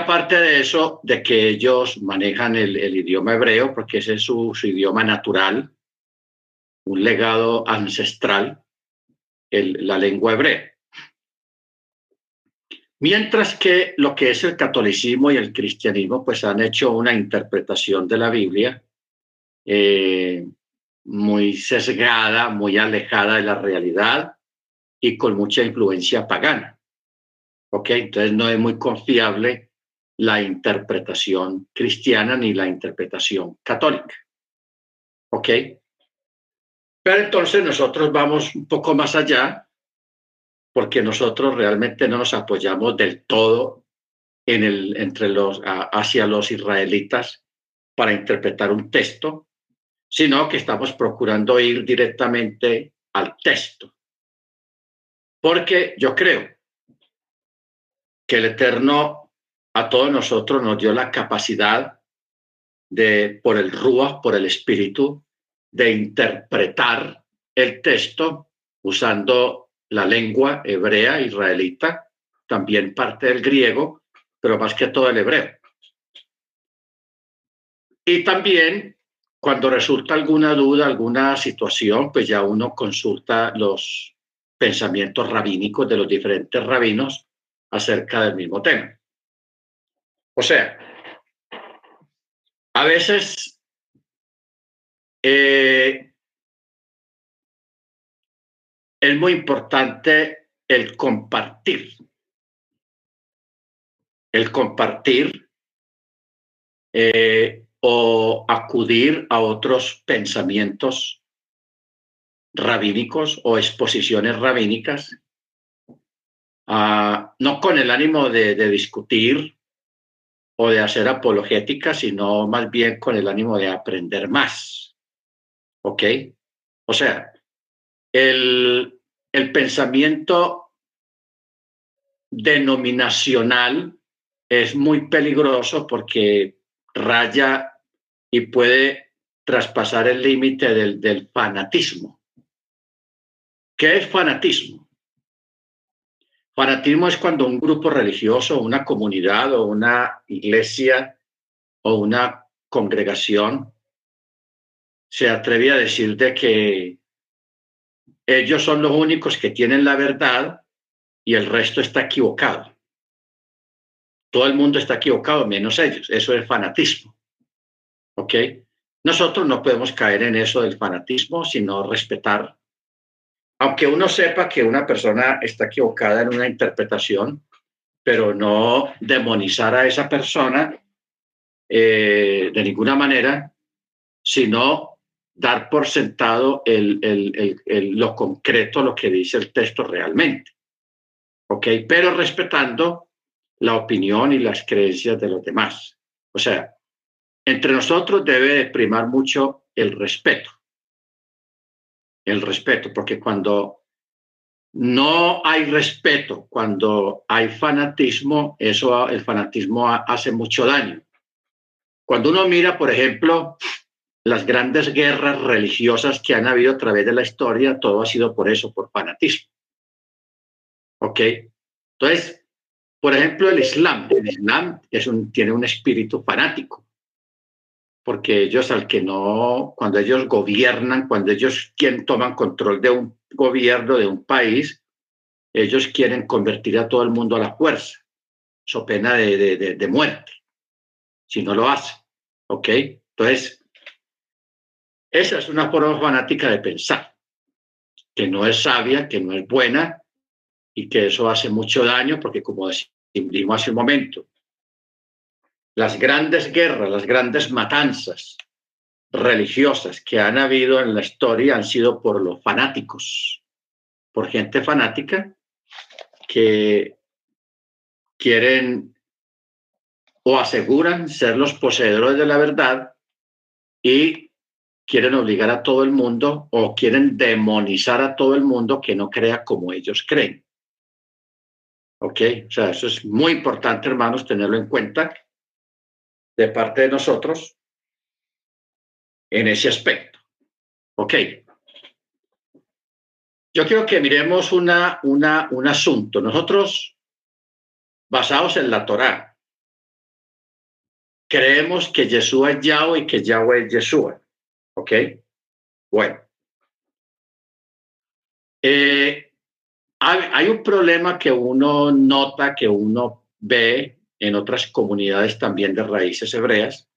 aparte de eso, de que ellos manejan el idioma hebreo, porque ese es su idioma natural, un legado ancestral, la lengua hebrea. Mientras que lo que es el catolicismo y el cristianismo, pues han hecho una interpretación de la Biblia muy sesgada, muy alejada de la realidad y con mucha influencia pagana. ¿Ok? Entonces no es muy confiable la interpretación cristiana ni la interpretación católica. ¿Ok? Pero entonces nosotros vamos un poco más allá porque nosotros realmente no nos apoyamos del todo hacia los israelitas para interpretar un texto, sino que estamos procurando ir directamente al texto. Porque yo creo que el Eterno a todos nosotros nos dio la capacidad por el Ruach, por el Espíritu, de interpretar el texto usando la lengua hebrea israelita, también parte del griego, pero más que todo el hebreo. Y también, cuando resulta alguna duda, alguna situación, pues ya uno consulta los pensamientos rabínicos de los diferentes rabinos acerca del mismo tema. O sea, a veces es muy importante el compartir o acudir a otros pensamientos rabínicos o exposiciones rabínicas, no con el ánimo de discutir o de hacer apologética, sino más bien con el ánimo de aprender más. ¿Ok? O sea, el pensamiento denominacional es muy peligroso porque raya y puede traspasar el límite del fanatismo. ¿Qué es fanatismo? Fanatismo es cuando un grupo religioso, una comunidad o una iglesia o una congregación se atreve a decir de que ellos son los únicos que tienen la verdad y el resto está equivocado. Todo el mundo está equivocado, menos ellos. Eso es fanatismo. ¿Ok? Nosotros no podemos caer en eso del fanatismo, sino respetar. Aunque uno sepa que una persona está equivocada en una interpretación, pero no demonizar a esa persona de ninguna manera, sino dar por sentado lo concreto, lo que dice el texto realmente. ¿Ok? Pero respetando la opinión y las creencias de los demás. O sea, entre nosotros debe primar mucho el respeto, porque cuando no hay respeto, cuando hay fanatismo, el fanatismo hace mucho daño. Cuando uno mira, por ejemplo, las grandes guerras religiosas que han habido a través de la historia, todo ha sido por eso, por fanatismo. ¿Ok? Entonces, por ejemplo, el Islam tiene un espíritu fanático, porque ellos cuando ellos gobiernan, cuando ellos toman control de un gobierno, de un país, ellos quieren convertir a todo el mundo a la fuerza, so pena de muerte, si no lo hacen. ¿Ok? Entonces, esa es una forma fanática de pensar, que no es sabia, que no es buena y que eso hace mucho daño, porque como dijimos hace un momento, las grandes guerras, las grandes matanzas religiosas que han habido en la historia han sido por los fanáticos, por gente fanática que quieren o aseguran ser los poseedores de la verdad y quieren obligar a todo el mundo o quieren demonizar a todo el mundo que no crea como ellos creen. ¿Ok? O sea, eso es muy importante, hermanos, tenerlo en cuenta de parte de nosotros en ese aspecto. ¿Ok? Yo quiero que miremos un asunto. Nosotros, basados en la Torá, creemos que Yeshua es Yahweh y que Yahweh es Yeshua. ¿Ok? Bueno. Hay un problema que uno nota, que uno ve en otras comunidades también de raíces hebreas,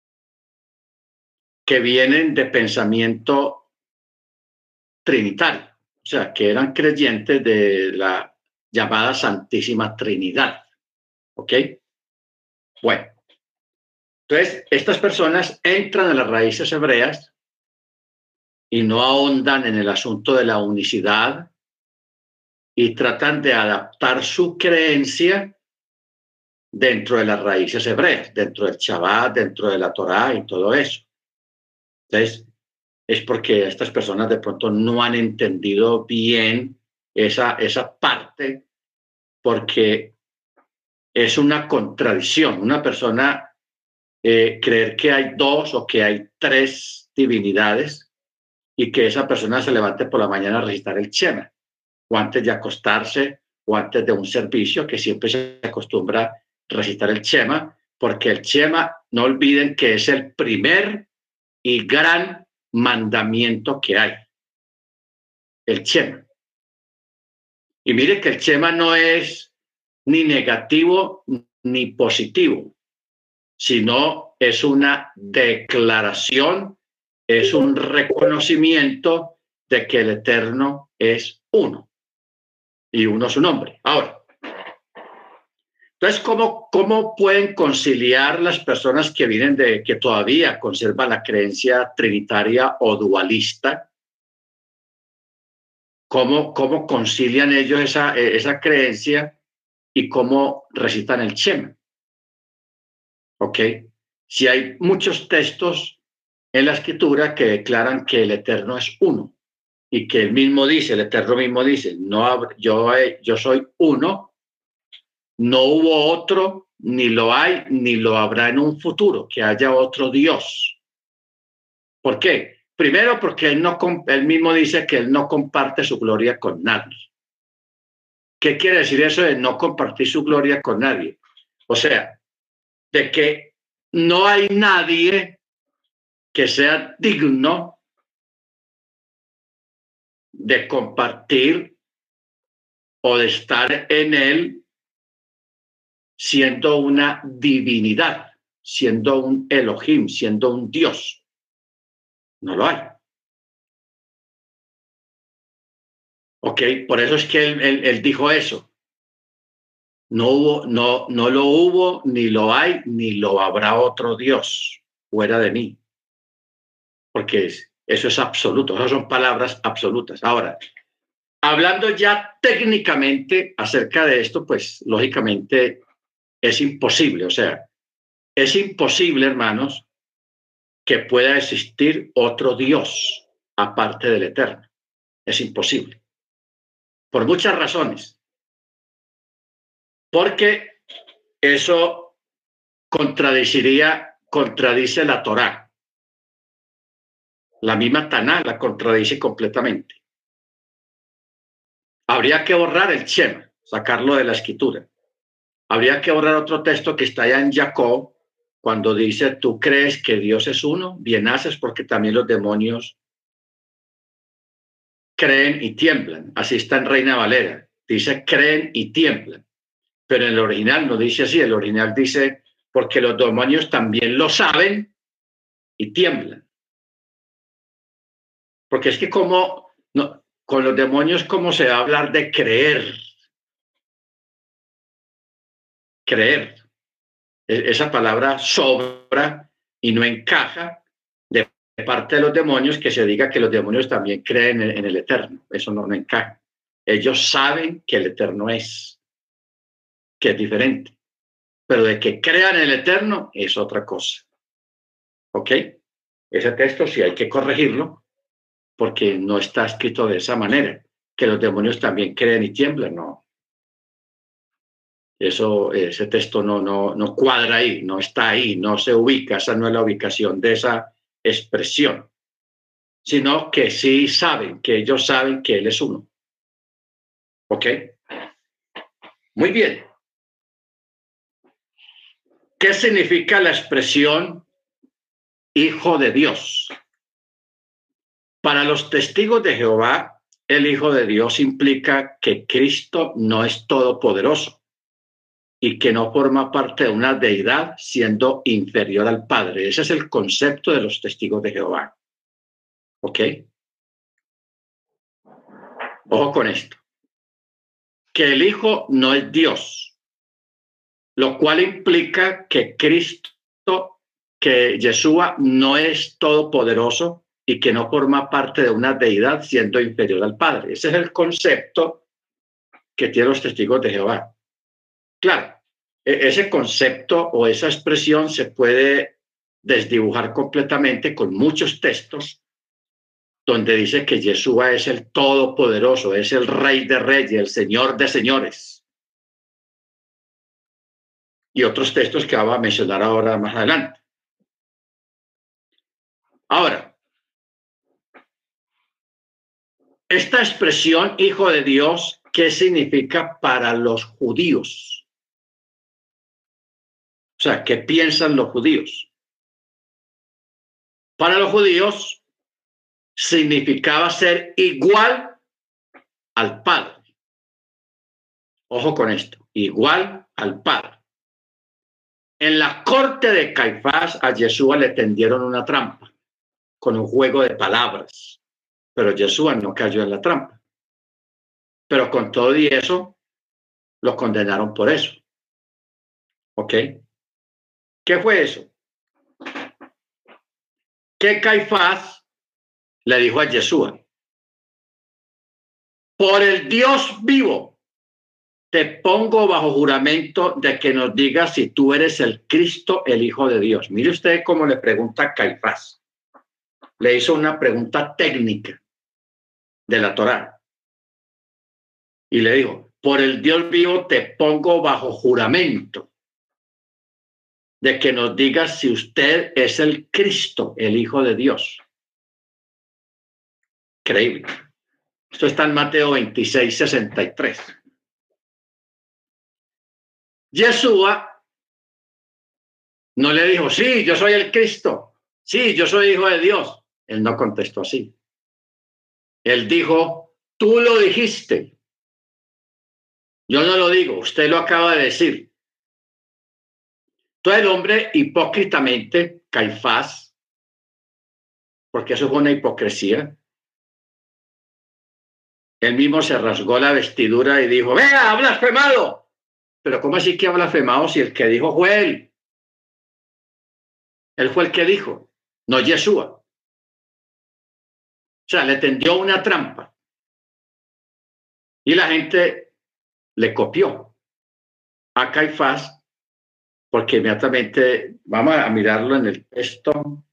que vienen de pensamiento trinitario, o sea, que eran creyentes de la llamada Santísima Trinidad. ¿Ok? Bueno, entonces estas personas entran a las raíces hebreas y no ahondan en el asunto de la unicidad y tratan de adaptar su creencia dentro de las raíces hebreas, dentro del Shabbat, dentro de la Torá y todo eso. Entonces, es porque estas personas de pronto no han entendido bien esa parte, porque es una contradicción. Una persona creer que hay dos o que hay tres divinidades y que esa persona se levante por la mañana a recitar el Shema, o antes de acostarse, o antes de un servicio, que siempre se acostumbra a recitar el Shema, porque el Shema, no olviden que es el primer y gran mandamiento que hay, el Shema. Y mire que el Shema no es ni negativo ni positivo, sino es una declaración, es un reconocimiento de que el Eterno es uno y uno su nombre. Ahora, entonces, ¿cómo pueden conciliar las personas que vienen que todavía conservan la creencia trinitaria o dualista? ¿Cómo concilian ellos esa creencia y cómo recitan el Shema? ¿Ok? Si hay muchos textos en la Escritura que declaran que el Eterno es uno y que el Eterno mismo dice, no, yo soy uno, no hubo otro, ni lo hay, ni lo habrá en un futuro, que haya otro Dios. ¿Por qué? Primero, porque él mismo dice que él no comparte su gloria con nadie. ¿Qué quiere decir eso de no compartir su gloria con nadie? O sea, de que no hay nadie que sea digno de compartir o de estar en él siendo una divinidad, siendo un Elohim, siendo un Dios. No lo hay. ¿Ok? Por eso es que él dijo eso. No lo hubo, ni lo hay, ni lo habrá otro Dios fuera de mí. Porque eso es absoluto, esas son palabras absolutas. Ahora, hablando ya técnicamente acerca de esto, pues lógicamente es imposible, o sea, es imposible, hermanos, que pueda existir otro Dios aparte del Eterno. Es imposible. Por muchas razones. Porque eso contradice la Torá. La misma Taná la contradice completamente. Habría que borrar el Shema, sacarlo de la escritura. Habría que borrar otro texto que está allá en Jacob, cuando dice, tú crees que Dios es uno, bien haces, porque también los demonios creen y tiemblan. Así está en Reina Valera. Dice, creen y tiemblan. Pero en el original no dice así. El original dice, porque los demonios también lo saben y tiemblan. Porque es que con los demonios, ¿cómo se va a hablar de creer? Creer. Esa palabra sobra y no encaja de parte de los demonios que se diga que los demonios también creen en el Eterno. Eso no encaja. Ellos saben que el Eterno es, que es diferente. Pero de que crean en el Eterno es otra cosa. ¿Ok? Ese texto sí hay que corregirlo porque no está escrito de esa manera. Que los demonios también creen y tiemblan, no. Ese texto no cuadra ahí, no está ahí, no se ubica, esa no es la ubicación de esa expresión, sino que sí saben, que ellos saben que Él es uno. ¿Ok? Muy bien. ¿Qué significa la expresión Hijo de Dios? Para los testigos de Jehová, el Hijo de Dios implica que Cristo no es todopoderoso y que no forma parte de una deidad siendo inferior al Padre. Ese es el concepto de los testigos de Jehová. ¿Ok? Ojo con esto. Que el Hijo no es Dios, lo cual implica que Cristo, que Yeshua no es todopoderoso y que no forma parte de una deidad siendo inferior al Padre. Ese es el concepto que tienen los testigos de Jehová. Claro, ese concepto o esa expresión se puede desdibujar completamente con muchos textos donde dice que Yeshua es el todopoderoso, es el Rey de Reyes, el Señor de Señores. Y otros textos que vamos a mencionar ahora más adelante. Ahora, esta expresión Hijo de Dios, ¿qué significa para los judíos? O sea, ¿qué piensan los judíos? Para los judíos significaba ser igual al Padre. Ojo con esto, igual al Padre. En la corte de Caifás a Yeshua le tendieron una trampa con un juego de palabras, pero Yeshua no cayó en la trampa. Pero con todo y eso, lo condenaron por eso. ¿Ok? ¿Qué fue eso? Que Caifás le dijo a Yeshua: por el Dios vivo, te pongo bajo juramento de que nos digas si tú eres el Cristo, el Hijo de Dios. Mire usted cómo le pregunta a Caifás. Le hizo una pregunta técnica de la Torá. Y le dijo: por el Dios vivo te pongo bajo juramento de que nos digas si usted es el Cristo, el Hijo de Dios. Increíble. Esto está en Mateo 26, 63. Yeshua no le dijo: sí, yo soy el Cristo, sí, yo soy hijo de Dios. Él no contestó así. Él dijo: tú lo dijiste. Yo no lo digo, usted lo acaba de decir. Todo el hombre hipócritamente, Caifás, porque eso fue una hipocresía, él mismo se rasgó la vestidura y dijo: ¡vea, ha blasfemado! Pero ¿cómo así que ha blasfemado si el que dijo fue él? Él fue el que dijo, no Yeshua. O sea, le tendió una trampa. Y la gente le copió a Caifás, porque inmediatamente, vamos a mirarlo en el texto.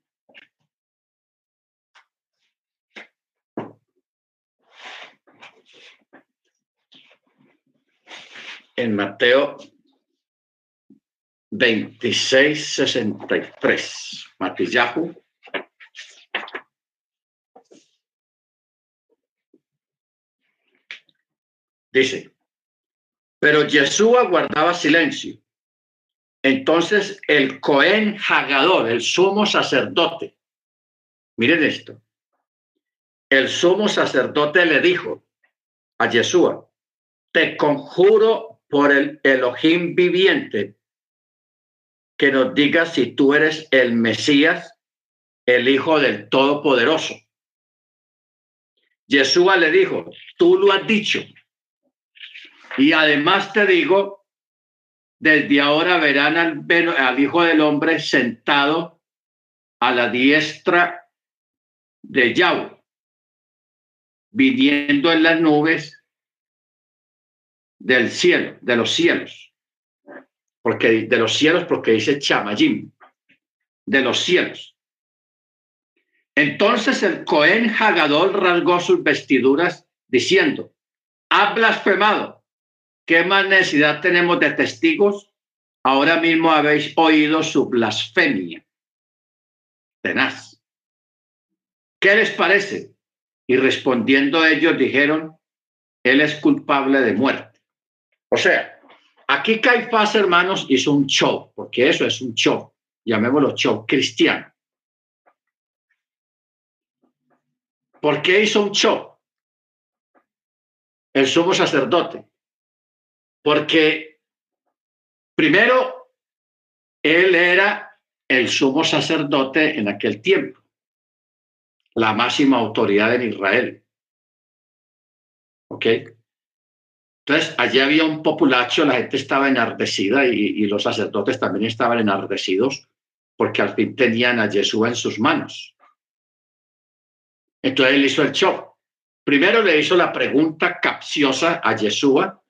En Mateo 26, 63. Matillahu. Dice: pero Yeshua guardaba silencio. Entonces el Cohen Hagadol, el sumo sacerdote, miren esto, el sumo sacerdote le dijo a Yeshua: te conjuro por el Elohim viviente que nos digas si tú eres el Mesías, el Hijo del Todopoderoso. Yeshua le dijo: tú lo has dicho. Y además te digo, desde ahora verán al Hijo del Hombre sentado a la diestra de Yahweh, viniendo en las nubes del cielo, de los cielos. Porque de los cielos, porque dice Chamayim, de los cielos. Entonces el Cohen Hagadol rasgó sus vestiduras diciendo: ha blasfemado. ¿Qué más necesidad tenemos de testigos? Ahora mismo habéis oído su blasfemia. Tenaz. ¿Qué les parece? Y respondiendo ellos dijeron: él es culpable de muerte. O sea, aquí Caifás, hermanos, hizo un show, porque eso es un show, llamémoslo show cristiano. ¿Por qué hizo un show? El sumo sacerdote. Porque primero, él era el sumo sacerdote en aquel tiempo, la máxima autoridad en Israel. ¿Ok? Entonces, allí había un populacho, la gente estaba enardecida y los sacerdotes también estaban enardecidos porque al fin tenían a Yeshua en sus manos. Entonces él hizo el show. Primero le hizo la pregunta capciosa a Yeshua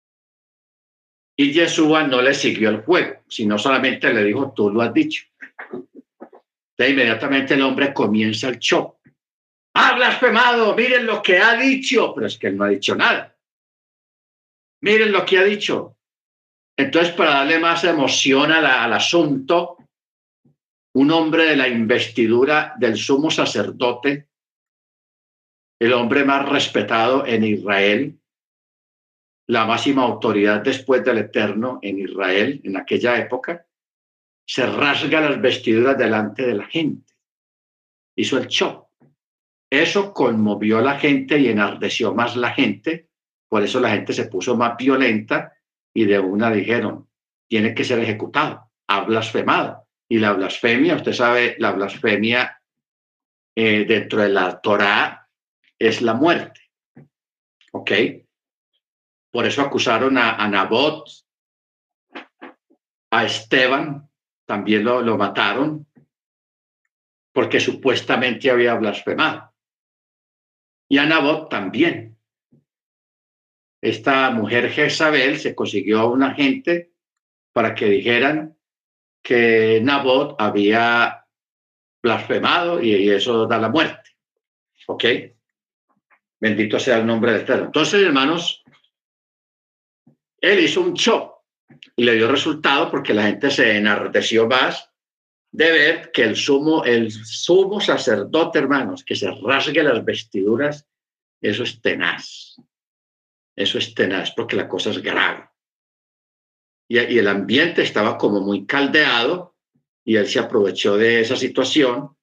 y Yeshua no le siguió el juego, sino solamente le dijo, tú lo has dicho. Entonces inmediatamente el hombre comienza el show. ¡Ha blasfemado! Miren lo que ha dicho. Pero es que él no ha dicho nada. Miren lo que ha dicho. Entonces, para darle más emoción al asunto, un hombre de la investidura del sumo sacerdote, el hombre más respetado en Israel, la máxima autoridad después del Eterno en Israel en aquella época, se rasga las vestiduras delante de la gente. Hizo el show. Eso conmovió a la gente y enardeció más la gente. Por eso la gente se puso más violenta y de una dijeron, tiene que ser ejecutado, ha blasfemado. Y la blasfemia, usted sabe, la blasfemia dentro de la Torá es la muerte. ¿Ok? Por eso acusaron a Nabot, a Esteban, también lo mataron, porque supuestamente había blasfemado. Y a Nabot también. Esta mujer Jezabel se consiguió a una gente para que dijeran que Nabot había blasfemado y eso da la muerte. ¿Ok? Bendito sea el nombre del Eterno. Entonces, hermanos, él hizo un show y le dio resultado porque la gente se enardeció más de ver que el sumo sacerdote, hermanos, que se rasgue las vestiduras, eso es tenaz. Eso es tenaz porque la cosa es grave. Y el ambiente estaba como muy caldeado y él se aprovechó de esa situación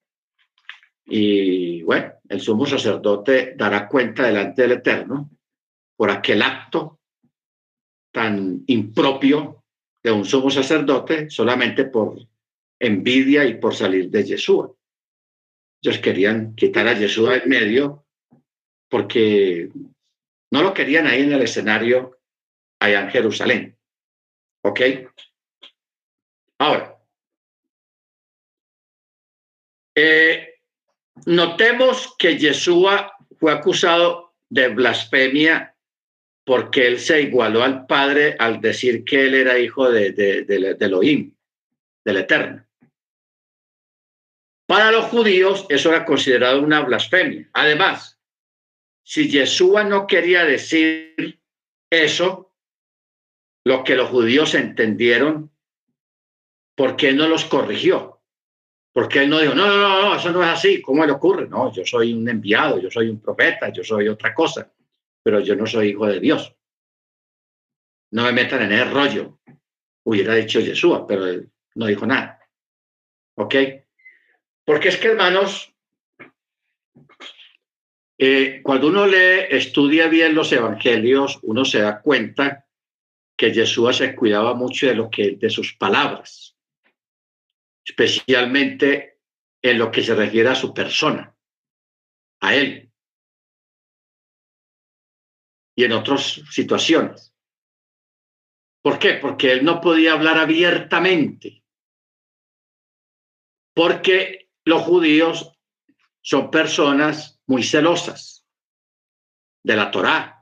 y bueno, el sumo sacerdote dará cuenta delante del Eterno por aquel acto tan impropio de un sumo sacerdote solamente por envidia y por salir de Yeshua. Ellos querían quitar a Yeshua en medio porque no lo querían ahí en el escenario allá en Jerusalén. ¿Ok? Ahora, notemos que Yeshua fue acusado de blasfemia porque él se igualó al Padre al decir que él era hijo de Elohim, del Eterno. Para los judíos eso era considerado una blasfemia. Además, si Yeshua no quería decir eso, lo que los judíos entendieron, ¿por qué no los corrigió? Porque él no dijo, no, eso no es así, ¿cómo le ocurre? No, yo soy un enviado, yo soy un profeta, yo soy otra cosa, pero yo no soy hijo de Dios. No me metan en el rollo, hubiera dicho Yeshua, pero él no dijo nada. ¿Ok? Porque es que, hermanos, cuando uno estudia bien los evangelios, uno se da cuenta que Yeshua se cuidaba mucho de sus palabras, especialmente en lo que se refiere a su persona, a él, y en otras situaciones. ¿Por qué? Porque él no podía hablar abiertamente, porque los judíos son personas muy celosas de la Torá,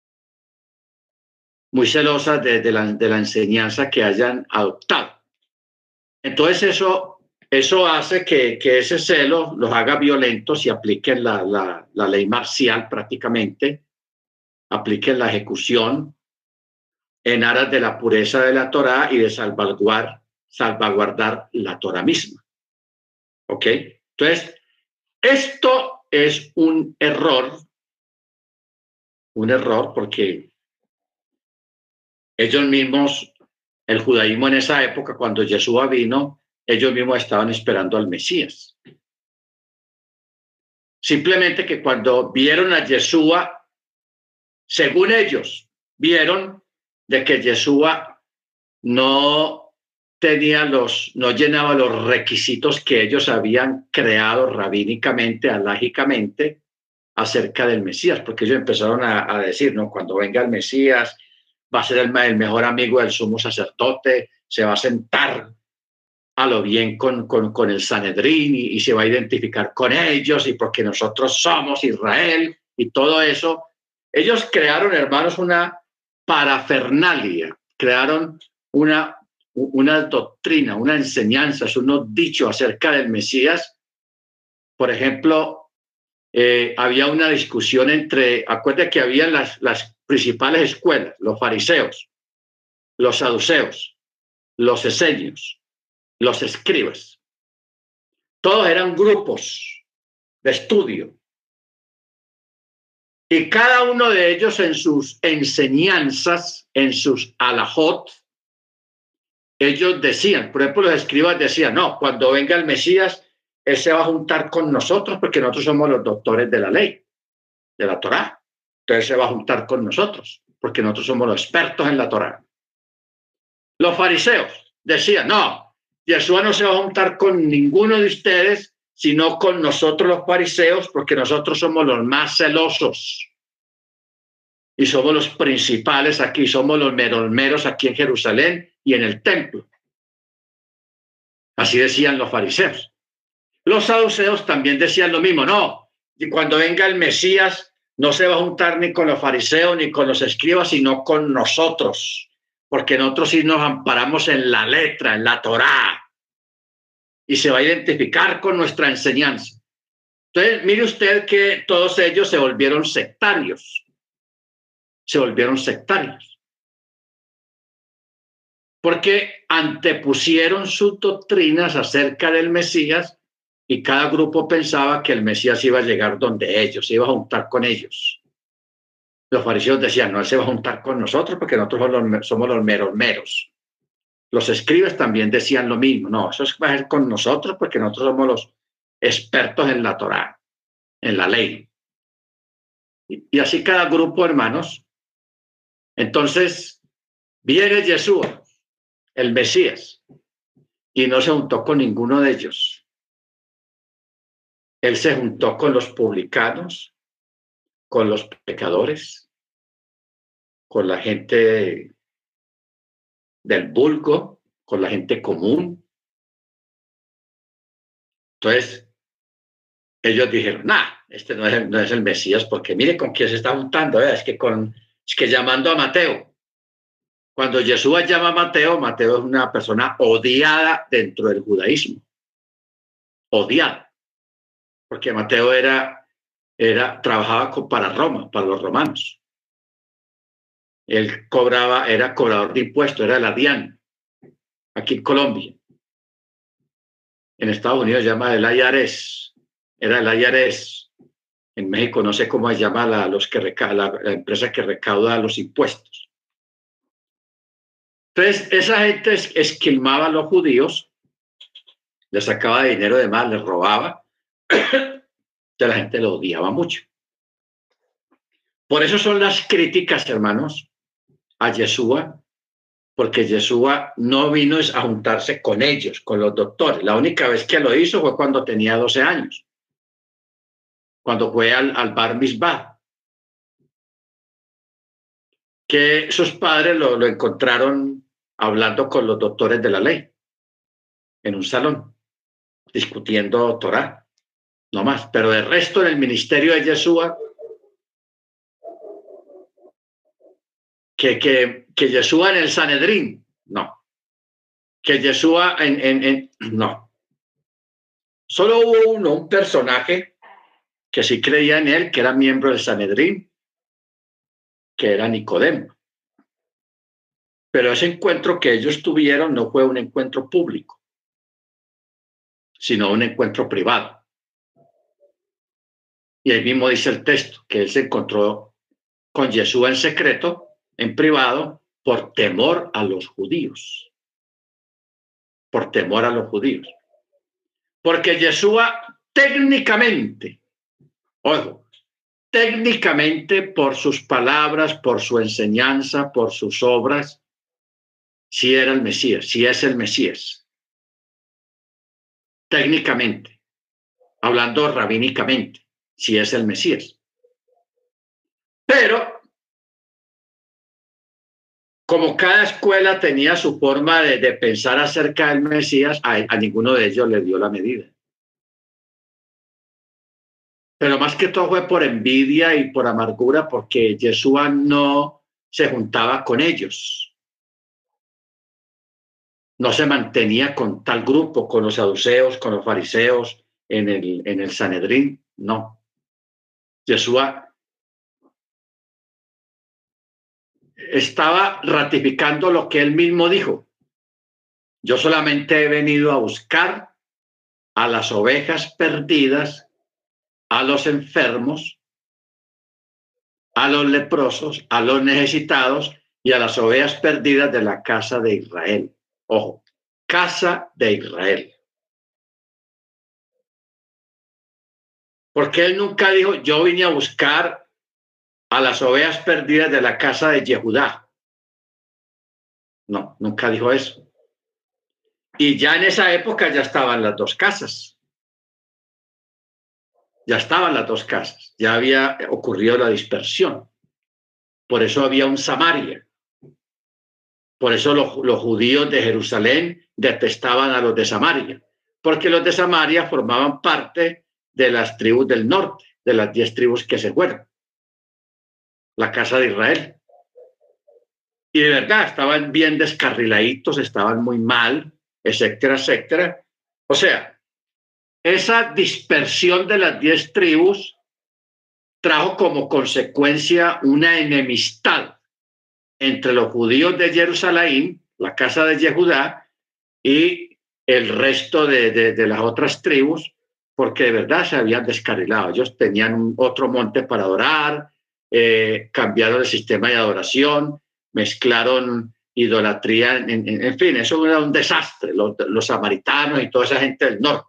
muy celosas de la enseñanza que hayan adoptado. Entonces eso hace que ese celo los haga violentos y apliquen la ley marcial prácticamente, apliquen la ejecución en aras de la pureza de la Torá y de salvaguardar la Torá misma. ¿Ok? Entonces, esto es un error porque ellos mismos, el judaísmo en esa época, cuando Yeshua vino, ellos mismos estaban esperando al Mesías. Simplemente que cuando vieron a Yeshua, según ellos, vieron de que Yeshua no llenaba los requisitos que ellos habían creado rabínicamente, alágicamente, acerca del Mesías, porque ellos empezaron a decir, no, cuando venga el Mesías va a ser el mejor amigo del sumo sacerdote, se va a sentar a lo bien con el Sanedrín y se va a identificar con ellos y porque nosotros somos Israel y todo eso. Ellos crearon, hermanos, una parafernalia, crearon una doctrina, una enseñanza, unos dichos acerca del Mesías. Por ejemplo, había una discusión acuérdate que había las principales escuelas, los fariseos, los saduceos, los esenios, los escribas. Todos eran grupos de estudio. Y cada uno de ellos en sus enseñanzas, en sus alajot, ellos decían, por ejemplo, los escribas decían, no, cuando venga el Mesías, él se va a juntar con nosotros porque nosotros somos los doctores de la ley, de la Torá. Entonces se va a juntar con nosotros porque nosotros somos los expertos en la Torá. Los fariseos decían, no, Yeshua no se va a juntar con ninguno de ustedes, sino con nosotros los fariseos, porque nosotros somos los más celosos y somos los principales aquí, somos los meros aquí en Jerusalén y en el templo. Así decían los fariseos. Los saduceos también decían lo mismo, no, y cuando venga el Mesías no se va a juntar ni con los fariseos ni con los escribas, sino con nosotros, porque nosotros sí nos amparamos en la letra, en la Torá, y se va a identificar con nuestra enseñanza. Entonces, mire usted que todos ellos se volvieron sectarios. Se volvieron sectarios. Porque antepusieron sus doctrinas acerca del Mesías y cada grupo pensaba que el Mesías iba a llegar donde ellos, se iba a juntar con ellos. Los fariseos decían, no, él se va a juntar con nosotros porque nosotros somos los meros. Los escribas también decían lo mismo, no, eso va a ser con nosotros porque nosotros somos los expertos en la Torá, en la ley. Y así cada grupo, hermanos. Entonces, viene Yeshua, el Mesías, y no se juntó con ninguno de ellos. Él se juntó con los publicanos, con los pecadores, con la gente del vulgo, con la gente común. Entonces, ellos dijeron, este no es el Mesías, porque mire con quién se está juntando, es que llamando a Mateo. Cuando Yeshua llama a Mateo, Mateo es una persona odiada dentro del judaísmo. Odiada. Porque Mateo trabajaba para Roma, para los romanos. Él era cobrador de impuestos, era la DIAN, aquí en Colombia. En Estados Unidos se llama el IRS, era el IRS. En México no sé cómo se llama la empresa que recauda los impuestos. Entonces, esa gente esquilmaba a los judíos, les sacaba dinero de más, les robaba. Entonces la gente lo odiaba mucho. Por eso son las críticas, hermanos, a Yeshua, porque Yeshua no vino a juntarse con ellos, con los doctores. La única vez que lo hizo fue cuando tenía 12 años, cuando fue al Bar Mitzvah, que sus padres lo encontraron hablando con los doctores de la ley en un salón, discutiendo Torah, no más. Pero de resto, en el ministerio de Yeshua, que Yeshua en el Sanedrín, no. Que Yeshua no. Solo hubo un personaje que sí creía en él, que era miembro del Sanedrín, que era Nicodemo. Pero ese encuentro que ellos tuvieron no fue un encuentro público, sino un encuentro privado. Y ahí mismo dice el texto, que él se encontró con Yeshua en secreto, en privado, por temor a los judíos. Por temor a los judíos. Porque Yeshua técnicamente, ojo, técnicamente por sus palabras, por su enseñanza, por sus obras, sí era el Mesías, sí es el Mesías. Técnicamente, hablando rabínicamente, sí es el Mesías. Pero como cada escuela tenía su forma de pensar acerca del Mesías, a ninguno de ellos le dio la medida. Pero más que todo fue por envidia y por amargura, porque Yeshua no se juntaba con ellos. No se mantenía con tal grupo, con los saduceos, con los fariseos, en el Sanedrín, no. Yeshua estaba ratificando lo que él mismo dijo. Yo solamente he venido a buscar a las ovejas perdidas, a los enfermos, a los leprosos, a los necesitados y a las ovejas perdidas de la casa de Israel. Ojo, casa de Israel. Porque él nunca dijo, yo vine a buscar a las ovejas perdidas de la casa de Yehudá. No, nunca dijo eso. Y ya en esa época ya estaban las dos casas. Ya estaban las dos casas. Ya había ocurrido la dispersión. Por eso había un Samaria. Por eso los judíos de Jerusalén detestaban a los de Samaria. Porque los de Samaria formaban parte de las tribus del norte, de las 10 tribus que se fueron. La casa de Israel. Y de verdad, estaban bien descarriladitos, estaban muy mal, etcétera, etcétera. O sea, esa dispersión de las 10 tribus trajo como consecuencia una enemistad entre los judíos de Jerusalén, la casa de Yehudá, y el resto de las otras tribus, porque de verdad se habían descarrilado. Ellos tenían otro monte para adorar, cambiaron el sistema de adoración, mezclaron idolatría, en fin, eso era un desastre, los samaritanos y toda esa gente del norte.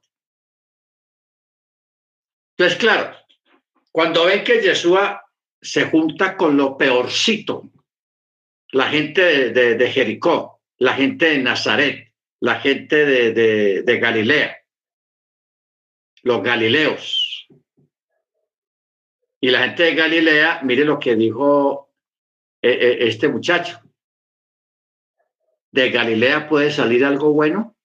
Entonces, claro, cuando ven que Yeshua se junta con lo peorcito, la gente de Jericó, la gente de Nazaret, la gente de Galilea, los galileos. Y la gente de Galilea, mire lo que dijo este muchacho. ¿De Galilea puede salir algo bueno?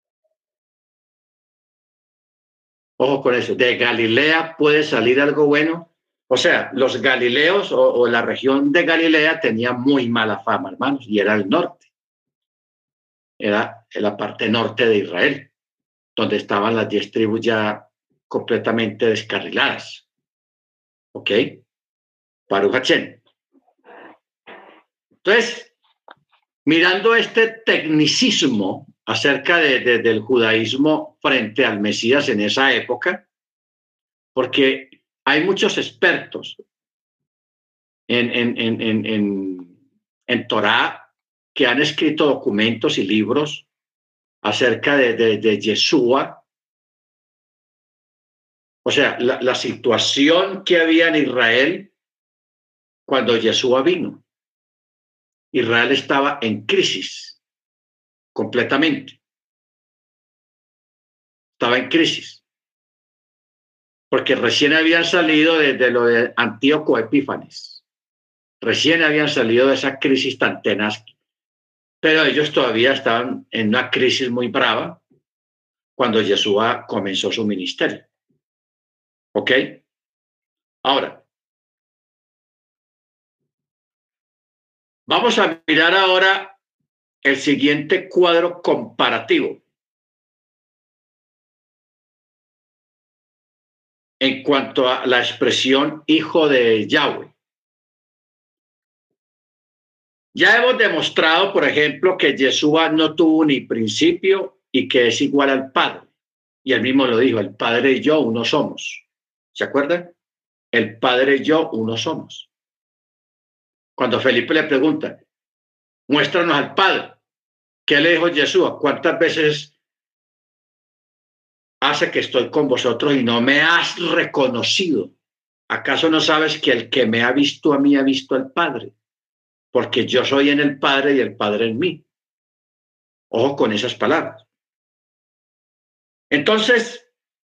Ojo con eso, ¿de Galilea puede salir algo bueno? O sea, los galileos o la región de Galilea tenía muy mala fama, hermanos, y era el norte. Era la parte norte de Israel, donde estaban las 10 tribus ya completamente descarriladas. ¿Ok? Baruch Hashem. Entonces, mirando este tecnicismo acerca del judaísmo frente al Mesías en esa época, porque hay muchos expertos en Torá que han escrito documentos y libros acerca de Yeshua. O sea, la situación que había en Israel cuando Yeshua vino. Israel estaba en crisis, completamente. Estaba en crisis. Porque recién habían salido de lo de Antíoco Epífanes. Recién habían salido de esa crisis tan tenaz. Pero ellos todavía estaban en una crisis muy brava cuando Yeshua comenzó su ministerio. ¿Ok? Ahora, vamos a mirar ahora el siguiente cuadro comparativo en cuanto a la expresión hijo de Yahweh. Ya hemos demostrado, por ejemplo, que Yeshua no tuvo ni principio y que es igual al Padre. Y él mismo lo dijo, el Padre y yo uno somos. ¿Se acuerdan? El Padre y yo uno somos. Cuando Felipe le pregunta, Muéstranos al Padre. ¿Qué le dijo Jesús? ¿Cuántas veces hace que estoy con vosotros y no me has reconocido? ¿Acaso no sabes que el que me ha visto a mí ha visto al Padre? Porque yo soy en el Padre y el Padre en mí. Ojo con esas palabras. Entonces,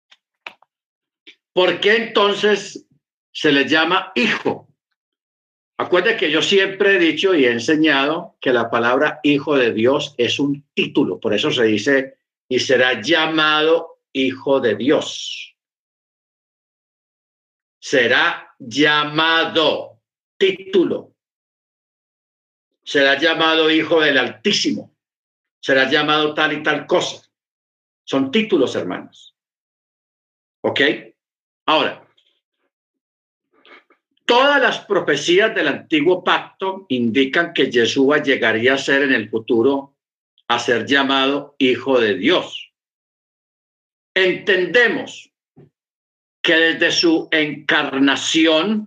¿por qué entonces se le llama hijo? Acuérdense que yo siempre he dicho y he enseñado que la palabra hijo de Dios es un título. Por eso se dice, y será llamado hijo de Dios. Será llamado, título. Será llamado hijo del Altísimo. Será llamado tal y tal cosa. Son títulos, hermanos. ¿Ok? Ahora, todas las profecías del antiguo pacto indican que Yeshua llegaría a ser en el futuro a ser llamado hijo de Dios. Entendemos que desde su encarnación,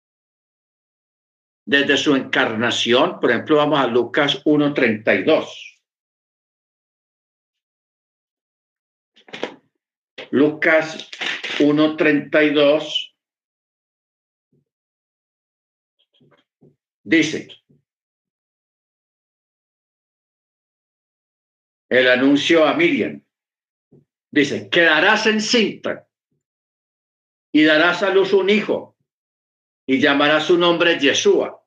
por ejemplo, vamos a Lucas 1:32. Lucas 1:32 dice, el anuncio a Miriam, dice, quedarás encinta y darás a luz un hijo y llamarás su nombre Yeshua.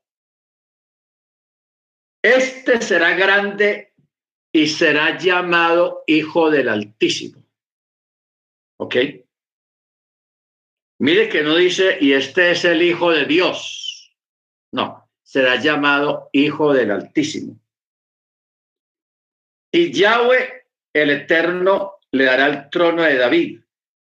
Este será grande y será llamado Hijo del Altísimo. ¿Ok? Mire que no dice, y este es el Hijo de Dios. No, será llamado Hijo del Altísimo. Y Yahweh, el Eterno, le dará el trono de David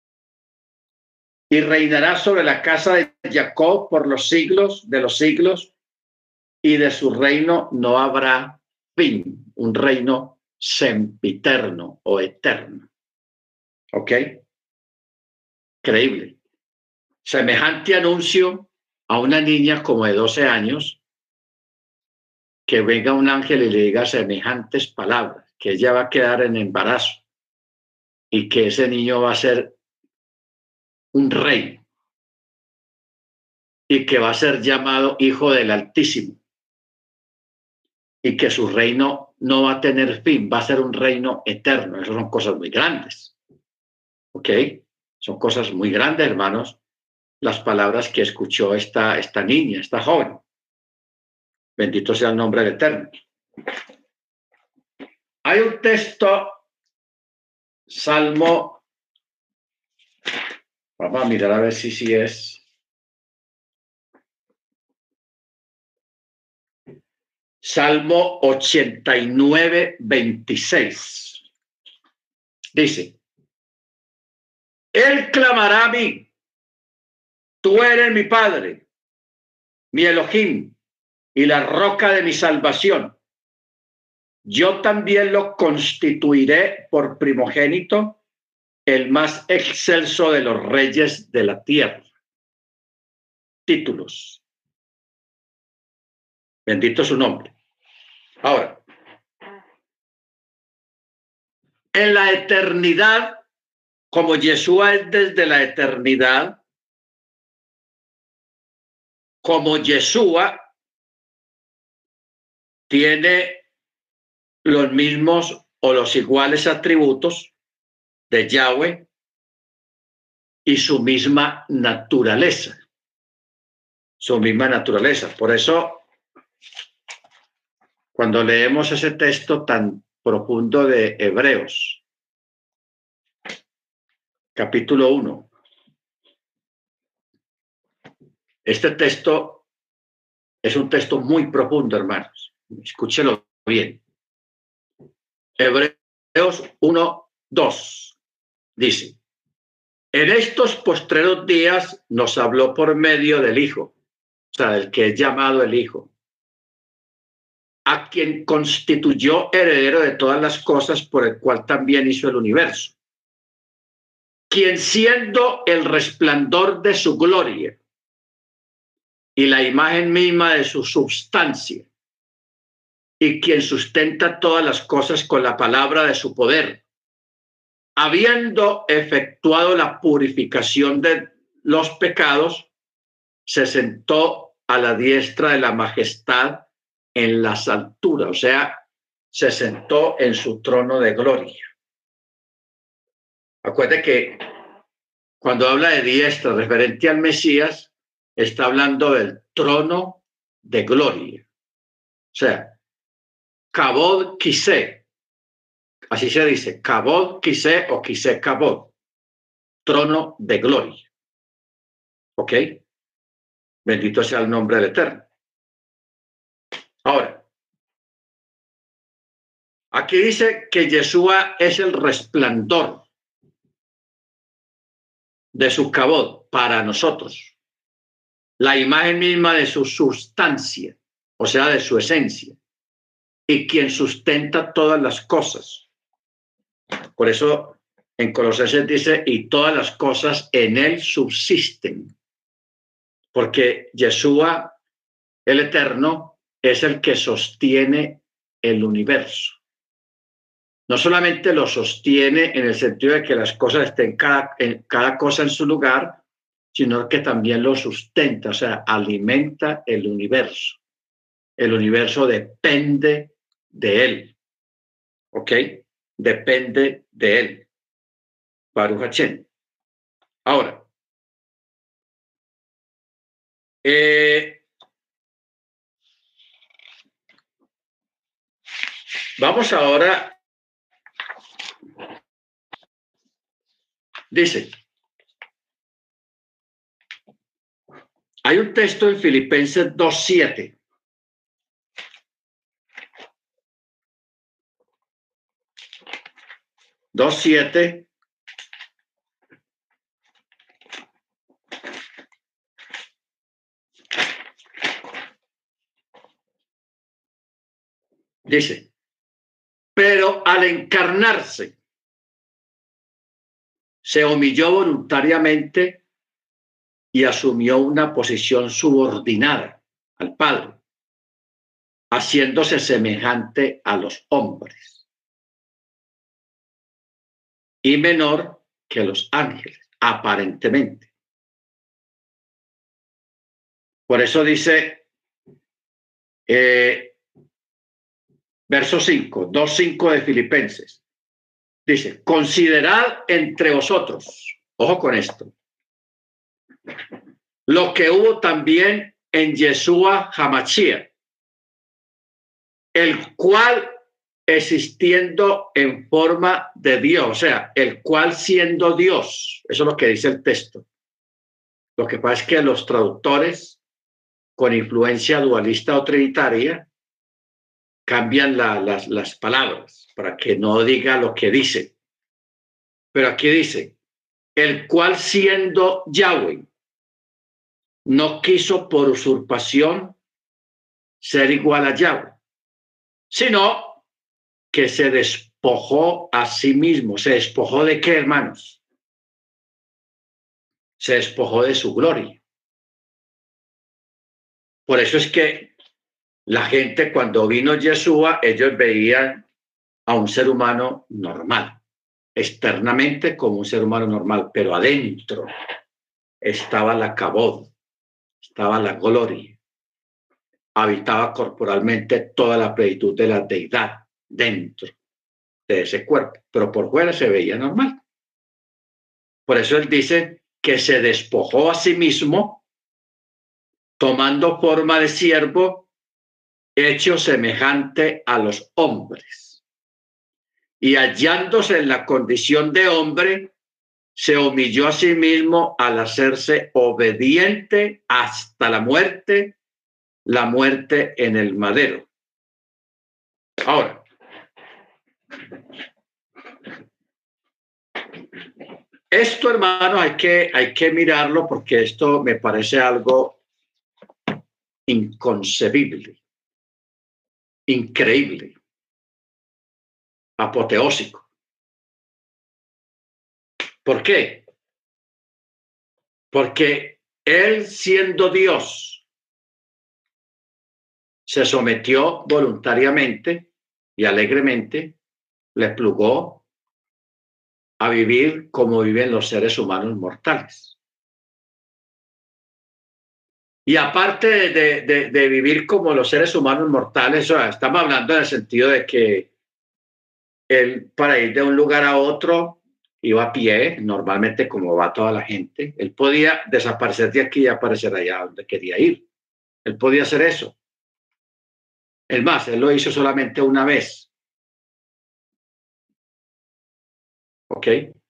y reinará sobre la casa de Jacob por los siglos de los siglos, y de su reino no habrá fin, un reino sempiterno o eterno. ¿Ok? Creíble. Semejante anuncio a una niña como de 12 años, que venga un ángel y le diga semejantes palabras, que ella va a quedar en embarazo y que ese niño va a ser un rey y que va a ser llamado Hijo del Altísimo y que su reino no va a tener fin, va a ser un reino eterno. Esas son cosas muy grandes. ¿Ok? Son cosas muy grandes, hermanos, las palabras que escuchó esta niña, esta joven. Bendito sea el nombre del Eterno. Hay un texto, Salmo, vamos a mirar a ver si es. Salmo 89:26. Dice, Él clamará a mí, tú eres mi Padre, mi Elohim, y la roca de mi salvación. Yo también lo constituiré por primogénito, el más excelso de los reyes de la tierra. Títulos. Bendito su nombre. Ahora, en la eternidad, como Yeshua es desde la eternidad, como Yeshua tiene los mismos o los iguales atributos de Yahweh y su misma naturaleza. Su misma naturaleza. Por eso, cuando leemos ese texto tan profundo de Hebreos, capítulo 1, este texto es un texto muy profundo, hermanos. Escúchelo bien. Hebreos 1:2 dice, en estos postreros días nos habló por medio del Hijo, o sea, el que es llamado el Hijo, a quien constituyó heredero de todas las cosas, por el cual también hizo el universo, quien siendo el resplandor de su gloria y la imagen misma de su substancia, y quien sustenta todas las cosas con la palabra de su poder, habiendo efectuado la purificación de los pecados, se sentó a la diestra de la majestad en las alturas, o sea, se sentó en su trono de gloria. Acuérdate que cuando habla de diestra referente al Mesías, está hablando del trono de gloria. O sea, Kabod Kiseh, así se dice, Kabod Kiseh o Kiseh Kabod, trono de gloria. ¿Ok? Bendito sea el nombre del Eterno. Ahora, aquí dice que Yeshua es el resplandor de su Kabod para nosotros, la imagen misma de su sustancia, o sea, de su esencia, y quien sustenta todas las cosas. Por eso en Colosenses dice, y todas las cosas en él subsisten, porque Yeshua, el Eterno, es el que sostiene el universo. No solamente lo sostiene en el sentido de que las cosas estén cada cosa en su lugar, sino que también lo sustenta, o sea, alimenta el universo. El universo depende de él, ¿ok? Depende de él. Baruch Hashem. Ahora, vamos ahora, dice, hay un texto en Filipenses 2:7. Dice, pero al encarnarse, se humilló voluntariamente y asumió una posición subordinada al Padre, haciéndose semejante a los hombres y menor que los ángeles, aparentemente. Por eso dice, verso 5, 2:5 de Filipenses, dice, considerad entre vosotros, ojo con esto, lo que hubo también en Yeshua Hamashiach, el cual existiendo en forma de Dios, o sea, el cual siendo Dios, eso es lo que dice el texto. Lo que pasa es que los traductores con influencia dualista o trinitaria cambian las palabras para que no diga lo que dice. Pero aquí dice, el cual siendo Yahweh, no quiso por usurpación ser igual a Yahweh, sino que se despojó a sí mismo. ¿Se despojó de qué, hermanos? Se despojó de su gloria. Por eso es que la gente cuando vino Yeshua, ellos veían a un ser humano normal, externamente como un ser humano normal, pero adentro estaba la kabod, estaba la gloria, habitaba corporalmente toda la plenitud de la deidad dentro de ese cuerpo, pero por fuera se veía normal. Por eso él dice que se despojó a sí mismo, tomando forma de siervo, hecho semejante a los hombres. Y hallándose en la condición de hombre, se humilló a sí mismo al hacerse obediente hasta la muerte en el madero. Ahora, esto, hermano, hay que mirarlo porque esto me parece algo inconcebible, increíble, apoteósico. ¿Por qué? Porque él siendo Dios se sometió voluntariamente y alegremente, le plugó a vivir como viven los seres humanos mortales. Y aparte de vivir como los seres humanos mortales, o sea, estamos hablando en el sentido de que él, para ir de un lugar a otro, iba a pie, normalmente como va toda la gente. Él podía desaparecer de aquí y aparecer allá donde quería ir. Él podía hacer eso. Es más, él lo hizo solamente una vez. ¿Ok?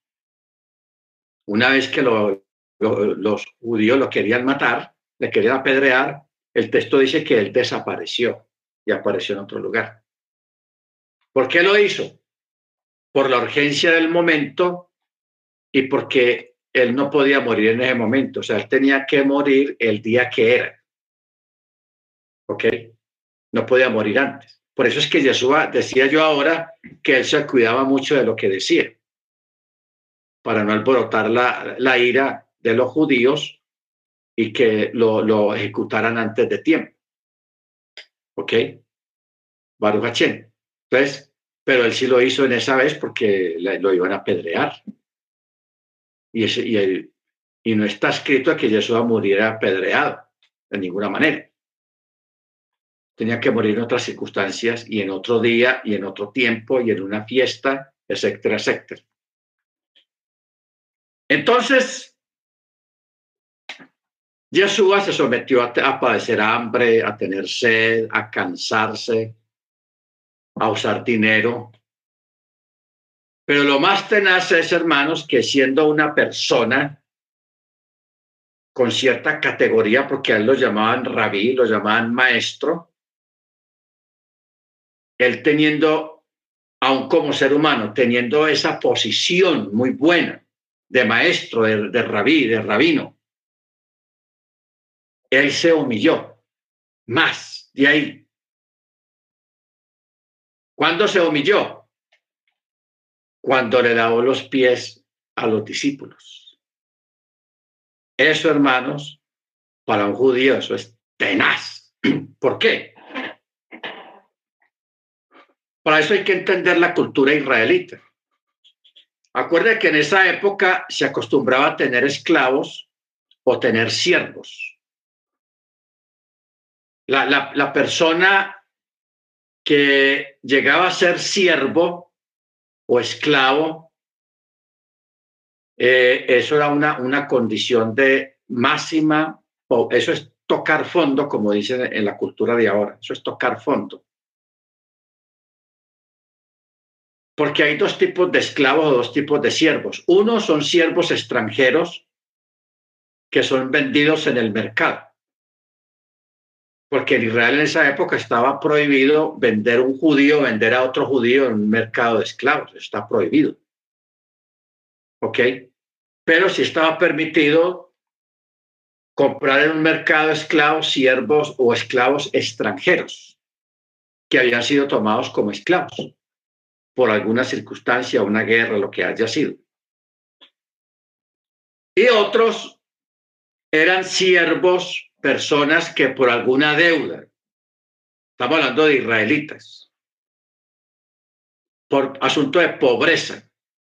Una vez que los judíos lo querían matar, le querían apedrear, el texto dice que él desapareció y apareció en otro lugar. ¿Por qué lo hizo? Por la urgencia del momento y porque él no podía morir en ese momento. O sea, él tenía que morir el día que era. ¿Ok? No podía morir antes. Por eso es que Yeshua, decía yo ahora, que él se cuidaba mucho de lo que decía, para no alborotar la ira de los judíos y que lo ejecutaran antes de tiempo. ¿Ok? Baruch Hachén. Entonces, pero él sí lo hizo en esa vez porque lo iban a apedrear. Y no está escrito que Yeshua muriera apedreado de ninguna manera. Tenía que morir en otras circunstancias y en otro día y en otro tiempo y en una fiesta, etcétera, etcétera. Entonces, Yeshua se sometió a padecer hambre, a tener sed, a cansarse, a usar dinero. Pero lo más tenaz es, hermanos, que siendo una persona con cierta categoría, porque a él lo llamaban rabí, lo llamaban maestro, él teniendo, aún como ser humano, teniendo esa posición muy buena de maestro, de rabí, de rabino, él se humilló más de ahí. ¿Cuándo se humilló? Cuando le lavó los pies a los discípulos. Eso, hermanos, para un judío, eso es tenaz. ¿Por qué? Para eso hay que entender la cultura israelita. Acuerde que en esa época se acostumbraba a tener esclavos o tener siervos. La persona que llegaba a ser siervo o esclavo, eso era una condición de máxima, o eso es tocar fondo, como dicen en la cultura de ahora, eso es tocar fondo. Porque hay dos tipos de esclavos o dos tipos de siervos. Uno son siervos extranjeros que son vendidos en el mercado. Porque en Israel en esa época estaba prohibido vender un judío, vender a otro judío en un mercado de esclavos. Está prohibido. ¿Ok? Pero sí estaba permitido comprar en un mercado de esclavos, siervos o esclavos extranjeros que habían sido tomados como esclavos por alguna circunstancia, una guerra, lo que haya sido. Y otros eran siervos, personas que por alguna deuda, estamos hablando de israelitas, por asunto de pobreza,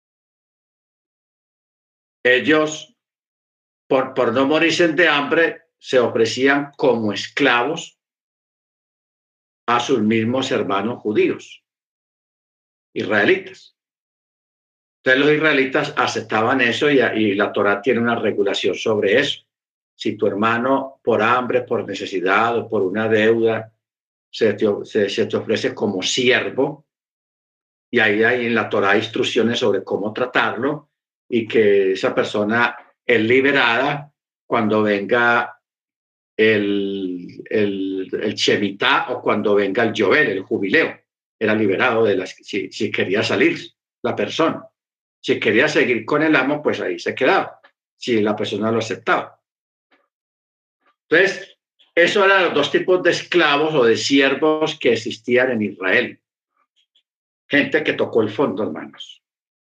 ellos, por no morirse de hambre, se ofrecían como esclavos a sus mismos hermanos judíos, israelitas. Entonces los israelitas aceptaban eso y la Torá tiene una regulación sobre eso. Si tu hermano por hambre, por necesidad o por una deuda se te ofrece como siervo, y ahí hay en la Torá instrucciones sobre cómo tratarlo y que esa persona es liberada cuando venga el Shemitah o cuando venga el Yovel, el jubileo. Era liberado si quería salir la persona. Si quería seguir con el amo, pues ahí se quedaba, si la persona lo aceptaba. Entonces, esos eran los dos tipos de esclavos o de siervos que existían en Israel. Gente que tocó el fondo, hermanos.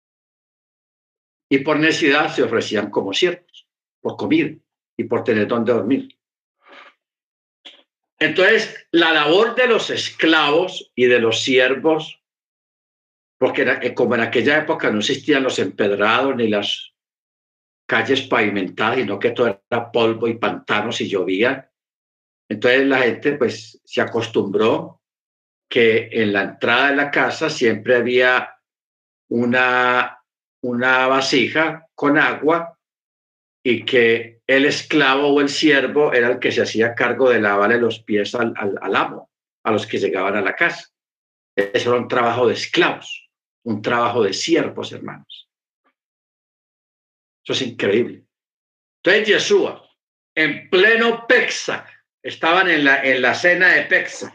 Y por necesidad se ofrecían como siervos, por comida y por tener donde dormir. Entonces, la labor de los esclavos y de los siervos, porque como en aquella época no existían los empedrados ni las calles pavimentadas, sino que todo era polvo y pantanos y llovía, entonces la gente pues se acostumbró que en la entrada de la casa siempre había una, una vasija con agua y que el esclavo o el siervo era el que se hacía cargo de lavarle los pies al amo, a los que llegaban a la casa. Eso era un trabajo de esclavos, un trabajo de siervos, hermanos. Eso es increíble. Entonces, Yeshua, en pleno Pesaj, estaban en la cena de Pesaj,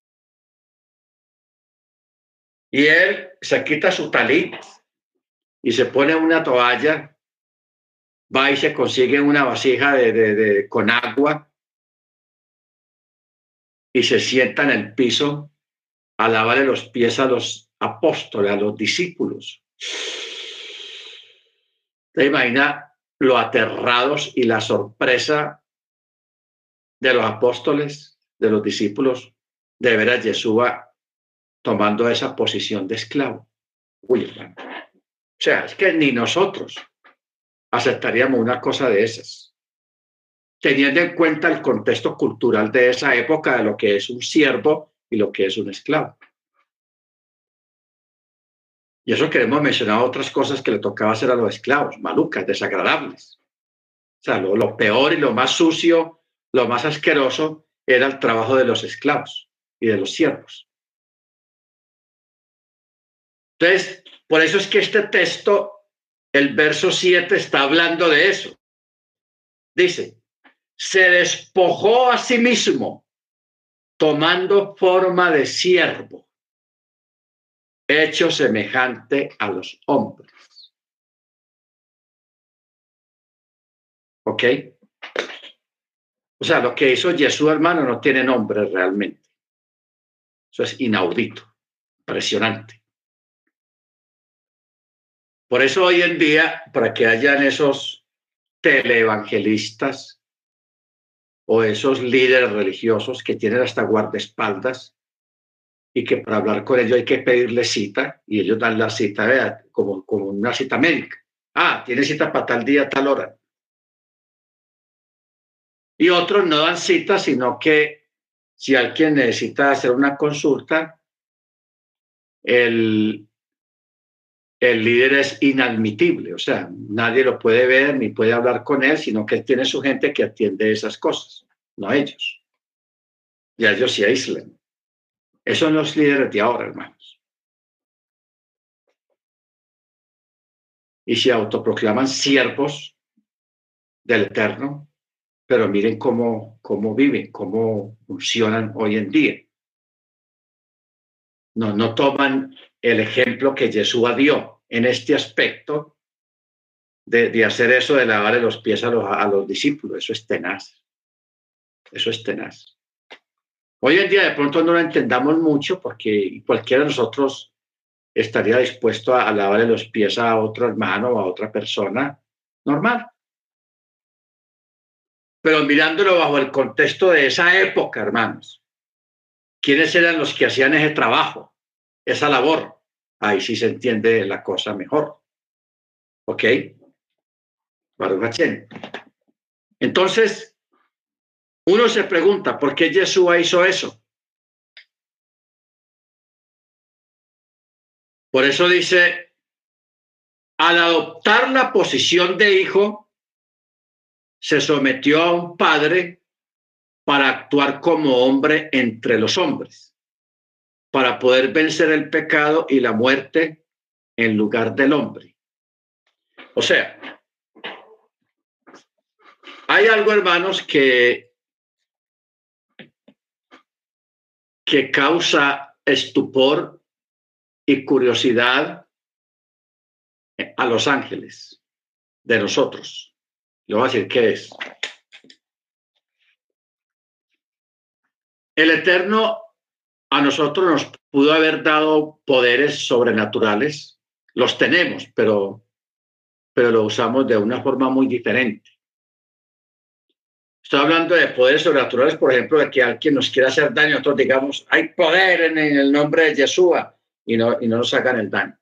y él se quita su talit y se pone una toalla, va y se consigue una vasija con agua y se sienta en el piso a lavarle los pies a los apóstoles, a los discípulos. ¿Te imaginas lo aterrados y la sorpresa de los apóstoles, de los discípulos, de ver a Yeshua tomando esa posición de esclavo? Uy, hermano. O sea, es que ni nosotros aceptaríamos una cosa de esas, teniendo en cuenta el contexto cultural de esa época, de lo que es un siervo y lo que es un esclavo. Y eso queremos mencionar otras cosas que le tocaba hacer a los esclavos, malucas, desagradables. O sea, lo peor y lo más sucio, lo más asqueroso era el trabajo de los esclavos y de los siervos. Entonces, por eso es que este texto, el verso 7, está hablando de eso. Dice, se despojó a sí mismo, tomando forma de siervo, hecho semejante a los hombres. ¿Ok? O sea, lo que hizo Jesús, hermano, no tiene nombre realmente. Eso es inaudito, impresionante. Por eso hoy en día, para que hayan esos teleevangelistas o esos líderes religiosos que tienen hasta guardaespaldas y que para hablar con ellos hay que pedirle cita y ellos dan la cita, vea, como una cita médica. Ah, tiene cita para tal día, tal hora. Y otros no dan cita, sino que si alguien necesita hacer una consulta, el líder es inadmitible, o sea, nadie lo puede ver ni puede hablar con él, sino que él tiene su gente que atiende esas cosas, no ellos. Y a ellos se aíslan. Esos son los líderes de ahora, hermanos. Y se autoproclaman siervos del Eterno, pero miren cómo viven, cómo funcionan hoy en día. No toman el ejemplo que Jesús dio en este aspecto de hacer eso, de lavarle los pies a los discípulos. Eso es tenaz. Eso es tenaz. Hoy en día de pronto no lo entendamos mucho porque cualquiera de nosotros estaría dispuesto a lavarle los pies a otro hermano o a otra persona normal. Pero mirándolo bajo el contexto de esa época, hermanos, ¿quiénes eran los que hacían ese trabajo, esa labor? Ahí sí se entiende la cosa mejor. ¿Ok? Baruch Hashem. Entonces, uno se pregunta, ¿por qué Yeshua hizo eso? Por eso dice, al adoptar la posición de hijo, se sometió a un padre para actuar como hombre entre los hombres, para poder vencer el pecado y la muerte en lugar del hombre. O sea, hay algo, hermanos, que causa estupor y curiosidad a los ángeles de nosotros. Le voy a decir qué es. El Eterno a nosotros nos pudo haber dado poderes sobrenaturales. Los tenemos, pero lo usamos de una forma muy diferente. Estoy hablando de poderes sobrenaturales, por ejemplo, de que alguien nos quiera hacer daño, nosotros digamos, hay poder en el nombre de Yeshua, y no nos hagan el daño.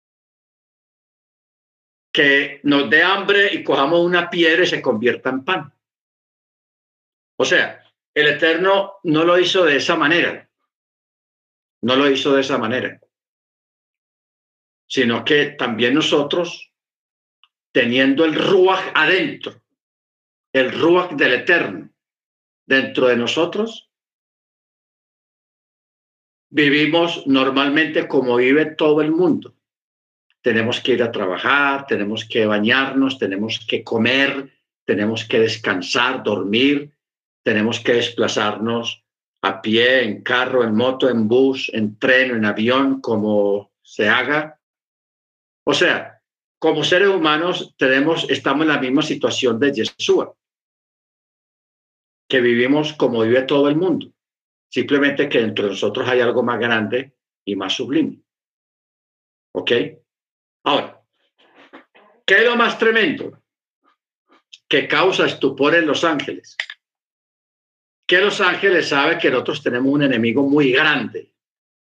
Que nos dé hambre y cojamos una piedra y se convierta en pan. O sea, el Eterno no lo hizo de esa manera. No lo hizo de esa manera. Sino que también nosotros, teniendo el Ruach adentro, el Ruach del Eterno dentro de nosotros, vivimos normalmente como vive todo el mundo. Tenemos que ir a trabajar, tenemos que bañarnos, tenemos que comer, tenemos que descansar, dormir, tenemos que desplazarnos a pie, en carro, en moto, en bus, en tren, en avión, como se haga. O sea, como seres humanos estamos en la misma situación de Yeshua, que vivimos como vive todo el mundo. Simplemente que dentro de nosotros hay algo más grande y más sublime. ¿Ok? Ahora, ¿qué es lo más tremendo? Que causa estupor en los ángeles. Que los ángeles saben que nosotros tenemos un enemigo muy grande,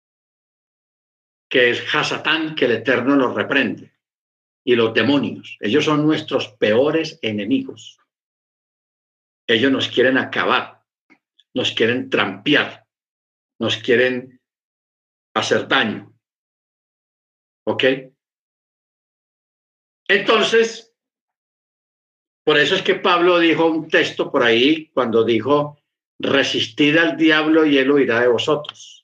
que es Hasatán, que el Eterno los reprende. Y los demonios, ellos son nuestros peores enemigos. Ellos nos quieren acabar, nos quieren trampear, nos quieren hacer daño. ¿Ok? Entonces, por eso es que Pablo dijo un texto por ahí cuando dijo, resistid al diablo y él huirá de vosotros.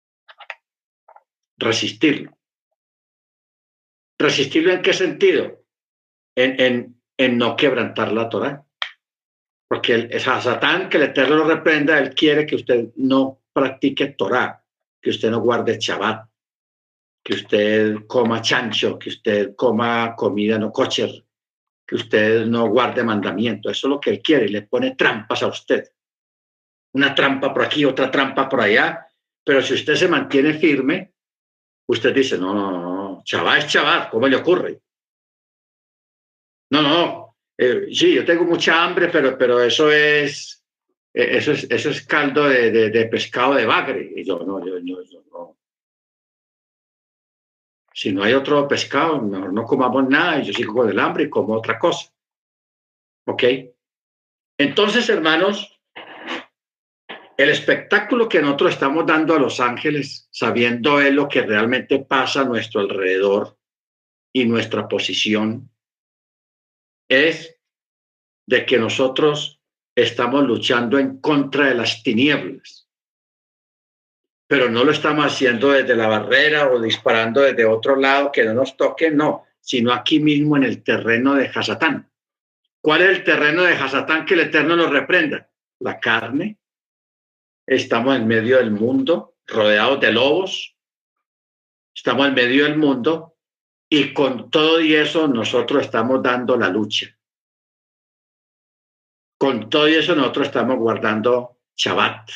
Resistirlo. ¿Resistirlo en qué sentido? En no quebrantar la Torá. Porque es a Satán, que el Eterno lo reprenda, él quiere que usted no practique Torá, que usted no guarde Shabbat, que usted coma chancho, que usted coma comida no kosher, que usted no guarde mandamiento. Eso es lo que él quiere, y le pone trampas a usted. Una trampa por aquí, otra trampa por allá, pero si usted se mantiene firme, usted dice, no, Shabbat es Shabbat, ¿cómo le ocurre? No, sí, yo tengo mucha hambre, pero eso es caldo de pescado de bagre. Y yo no. Si no hay otro pescado, mejor no comamos nada y yo sigo con el hambre y como otra cosa. ¿Ok? Entonces, hermanos, el espectáculo que nosotros estamos dando a los ángeles, sabiendo es lo que realmente pasa a nuestro alrededor y nuestra posición, es de que nosotros estamos luchando en contra de las tinieblas, pero no lo estamos haciendo desde la barrera o disparando desde otro lado que no nos toque, no, sino aquí mismo en el terreno de Hasatán. ¿Cuál es el terreno de Hasatán que el Eterno nos reprenda? La carne. Estamos en medio del mundo, rodeados de lobos. Estamos en medio del mundo y con todo y eso nosotros estamos dando la lucha. Con todo y eso nosotros estamos guardando Shabbat.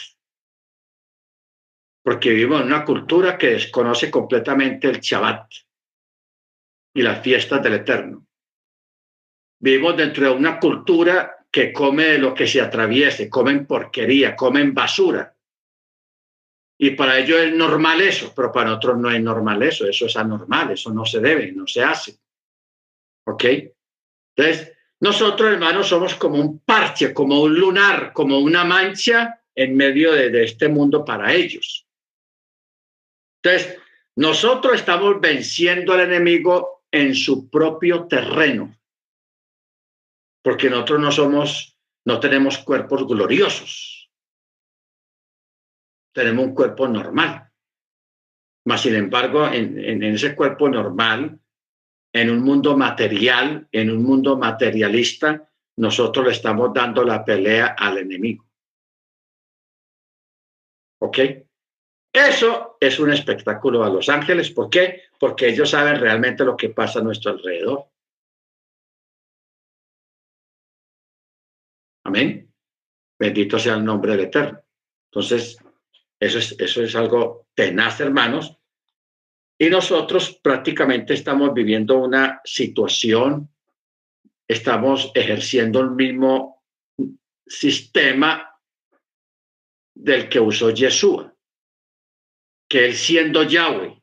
Porque vivimos en una cultura que desconoce completamente el Shabbat y las fiestas del Eterno. Vivimos dentro de una cultura que come de lo que se atraviese, comen porquería, comen basura. Y para ellos es normal eso, pero para nosotros no es normal eso es anormal, eso no se debe, no se hace. ¿Ok? Entonces, nosotros, hermanos, somos como un parche, como un lunar, como una mancha en medio de este mundo para ellos. Entonces, nosotros estamos venciendo al enemigo en su propio terreno, porque nosotros no tenemos cuerpos gloriosos, tenemos un cuerpo normal. Mas, sin embargo, en ese cuerpo normal, en un mundo material, en un mundo materialista, nosotros le estamos dando la pelea al enemigo. ¿Ok? Eso es un espectáculo a los ángeles. ¿Por qué? Porque ellos saben realmente lo que pasa a nuestro alrededor. Amén. Bendito sea el nombre del Eterno. Entonces, eso es algo tenaz, hermanos. Y nosotros prácticamente estamos viviendo una situación, estamos ejerciendo el mismo sistema del que usó Yeshua, que él siendo Yahweh,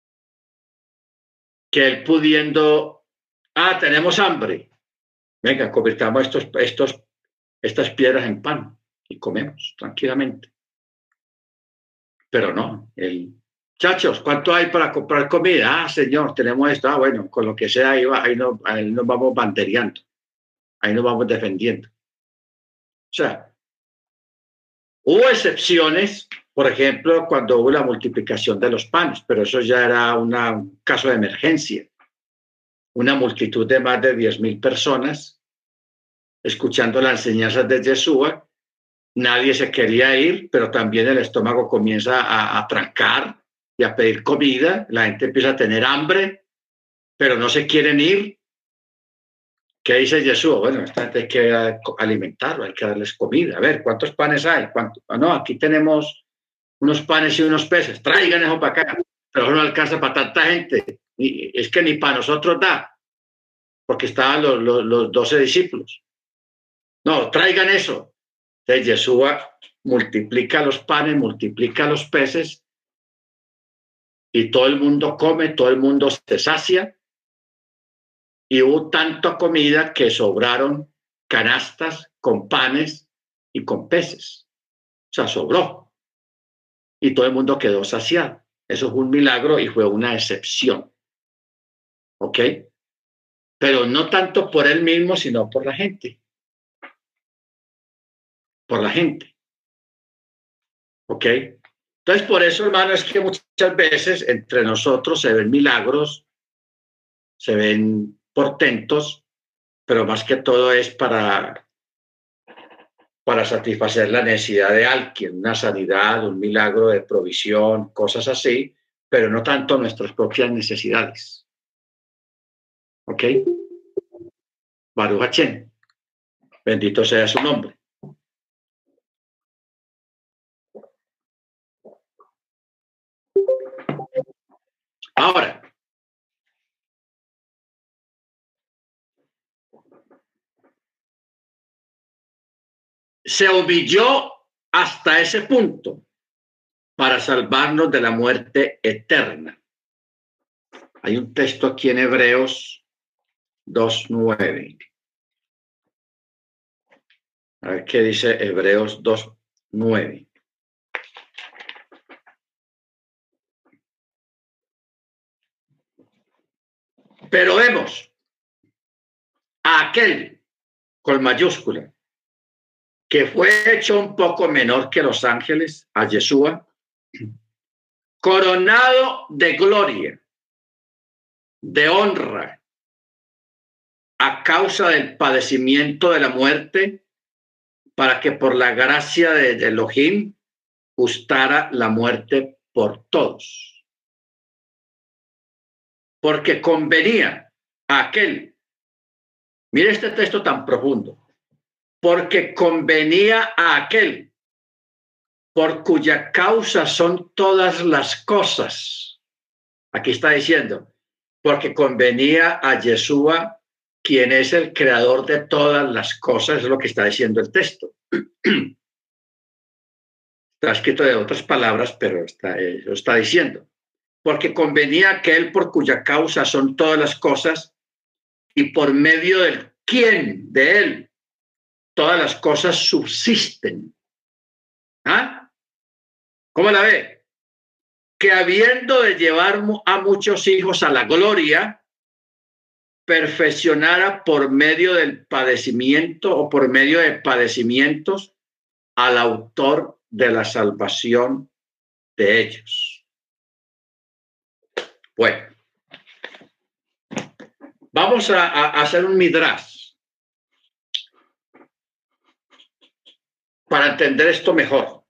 que él pudiendo, tenemos hambre, venga, convirtamos estas piedras en pan y comemos tranquilamente. Pero no, muchachos, ¿cuánto hay para comprar comida? Señor, tenemos esto. Bueno, con lo que sea, ahí nos vamos bandereando, ahí nos vamos defendiendo. O sea, hubo excepciones, por ejemplo, cuando hubo la multiplicación de los panes, pero eso ya era un caso de emergencia. Una multitud de más de 10,000 personas escuchando las enseñanzas de Yeshua. Nadie se quería ir, pero también el estómago comienza a trancar y a pedir comida. La gente empieza a tener hambre, pero no se quieren ir. ¿Qué dice Yeshua? Bueno, esta gente hay que alimentarlo, hay que darles comida. A ver, ¿cuántos panes hay? No, aquí tenemos unos panes y unos peces. Traigan eso para acá. Pero no alcanza para tanta gente. Es que ni para nosotros da, porque estaban los 12 discípulos. No, traigan eso. Entonces Yeshua multiplica los panes, multiplica los peces y todo el mundo come, todo el mundo se sacia y hubo tanta comida que sobraron canastas con panes y con peces. O sea, sobró y todo el mundo quedó saciado. Eso es un milagro y fue una excepción. ¿Ok? Pero no tanto por él mismo, sino por la gente. Por la gente. ¿Ok? Entonces, por eso, hermano, es que muchas veces entre nosotros se ven milagros, se ven portentos, pero más que todo es para satisfacer la necesidad de alguien, una sanidad, un milagro de provisión, cosas así, pero no tanto nuestras propias necesidades. ¿Ok? Baruch Hashem. Bendito sea su nombre. Ahora, se humilló hasta ese punto para salvarnos de la muerte eterna. Hay un texto aquí en Hebreos 2:9. A ver qué dice Hebreos 2:9. Pero vemos a aquel con mayúscula que fue hecho un poco menor que los ángeles, a Yeshua, coronado de gloria, de honra, a causa del padecimiento de la muerte, para que por la gracia de Elohim gustara la muerte por todos. Porque convenía a aquel, mire este texto tan profundo, porque convenía a aquel por cuya causa son todas las cosas. Aquí está diciendo, porque convenía a Yeshua, quien es el creador de todas las cosas, es lo que está diciendo el texto. Está escrito de otras palabras, pero lo está diciendo. Porque convenía a aquel por cuya causa son todas las cosas y por medio del quien, de él, todas las cosas subsisten. ¿Ah? ¿Cómo la ve? Que habiendo de llevar a muchos hijos a la gloria, perfeccionara por medio del padecimiento o por medio de padecimientos al autor de la salvación de ellos. Bueno, vamos a hacer un midrash para entender esto mejor.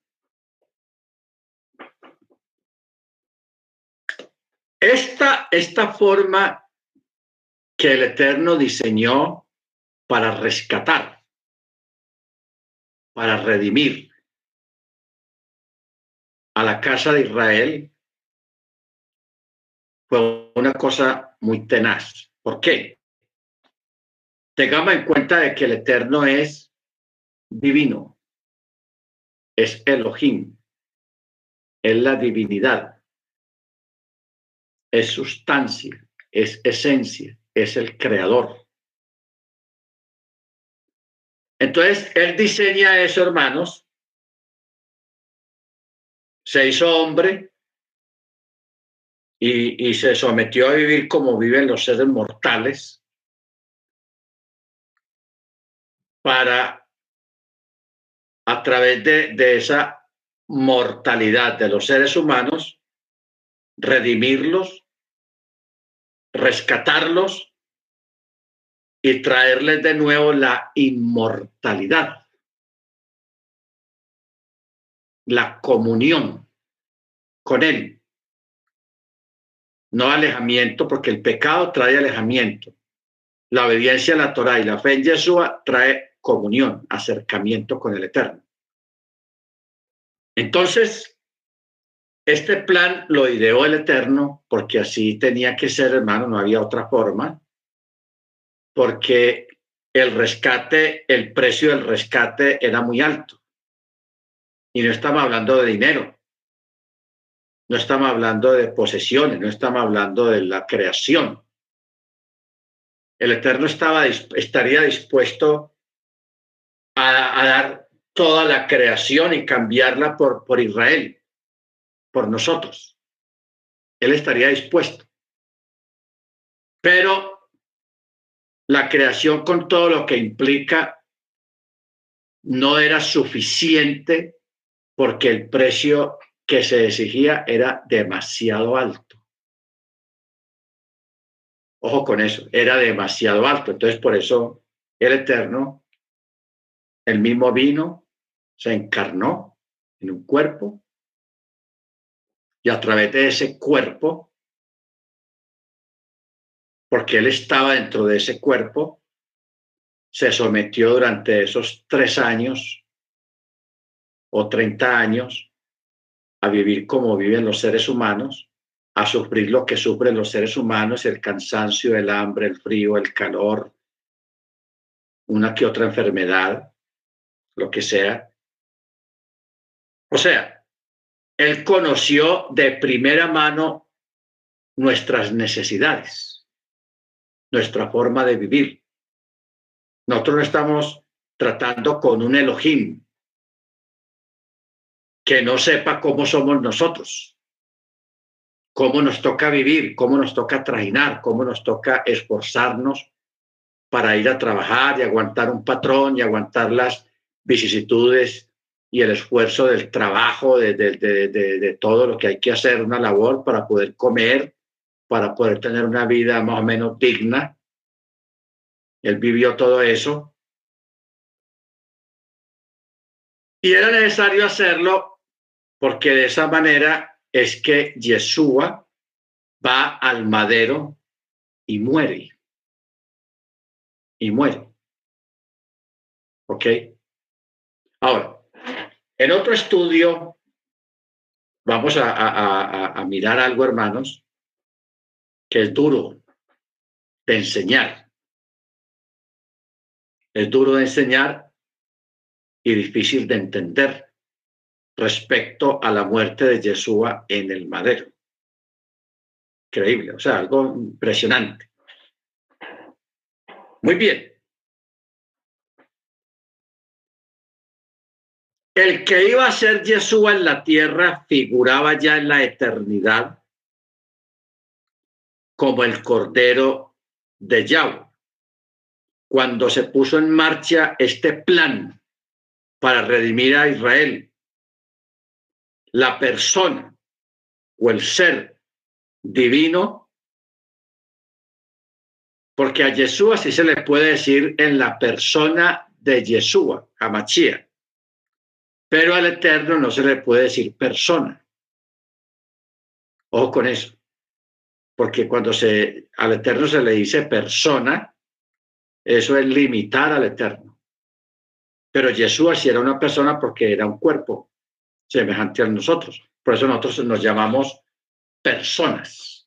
Esta forma que el Eterno diseñó para rescatar, para redimir a la casa de Israel, fue una cosa muy tenaz. ¿Por qué? Tengamos en cuenta de que el Eterno es divino, es Elohim, es la divinidad, es sustancia, es esencia, es el creador. Entonces, él diseña eso, hermanos, se hizo hombre y se sometió a vivir como viven los seres mortales para, a través de esa mortalidad de los seres humanos, redimirlos, rescatarlos y traerles de nuevo la inmortalidad, la comunión con Él. No alejamiento, porque el pecado trae alejamiento. La obediencia a la Torá y la fe en Yeshua trae comunión, acercamiento con el Eterno. Entonces, este plan lo ideó el Eterno porque así tenía que ser, hermano, no había otra forma, porque el rescate, el precio del rescate era muy alto. Y no estamos hablando de dinero, no estamos hablando de posesiones, no estamos hablando de la creación. El Eterno estaría dispuesto a dar toda la creación y cambiarla por Israel, por nosotros. Él estaría dispuesto. Pero la creación con todo lo que implica no era suficiente porque el precio que se exigía era demasiado alto. Ojo con eso, era demasiado alto. Entonces, por eso el Eterno, el mismo vino, se encarnó en un cuerpo y a través de ese cuerpo, porque él estaba dentro de ese cuerpo, se sometió durante esos 3 años o 30 años a vivir como viven los seres humanos, a sufrir lo que sufren los seres humanos, el cansancio, el hambre, el frío, el calor, una que otra enfermedad, lo que sea. O sea, él conoció de primera mano nuestras necesidades, nuestra forma de vivir. Nosotros no estamos tratando con un Elohim que no sepa cómo somos nosotros, cómo nos toca vivir, cómo nos toca trajinar, cómo nos toca esforzarnos para ir a trabajar y aguantar un patrón y aguantar las vicisitudes y el esfuerzo del trabajo, de todo lo que hay que hacer, una labor para poder comer, para poder tener una vida más o menos digna. Él vivió todo eso y era necesario hacerlo porque de esa manera es que Yeshua va al madero y muere. Y muere. ¿Ok? Ahora, en otro estudio, vamos a mirar algo, hermanos, que es duro de enseñar. Es duro de enseñar y difícil de entender respecto a la muerte de Yeshua en el madero. Increíble, o sea, algo impresionante. Muy bien. El que iba a ser Yeshua en la tierra figuraba ya en la eternidad como el Cordero de Yahweh. Cuando se puso en marcha este plan para redimir a Israel, la persona o el ser divino, porque a Yeshua sí se le puede decir en la persona de Yeshua, a Mashiach, pero al Eterno no se le puede decir persona. Ojo con eso, porque cuando al Eterno se le dice persona, eso es limitar al Eterno. Pero Yeshua sí era una persona porque era un cuerpo semejante a nosotros. Por eso nosotros nos llamamos personas.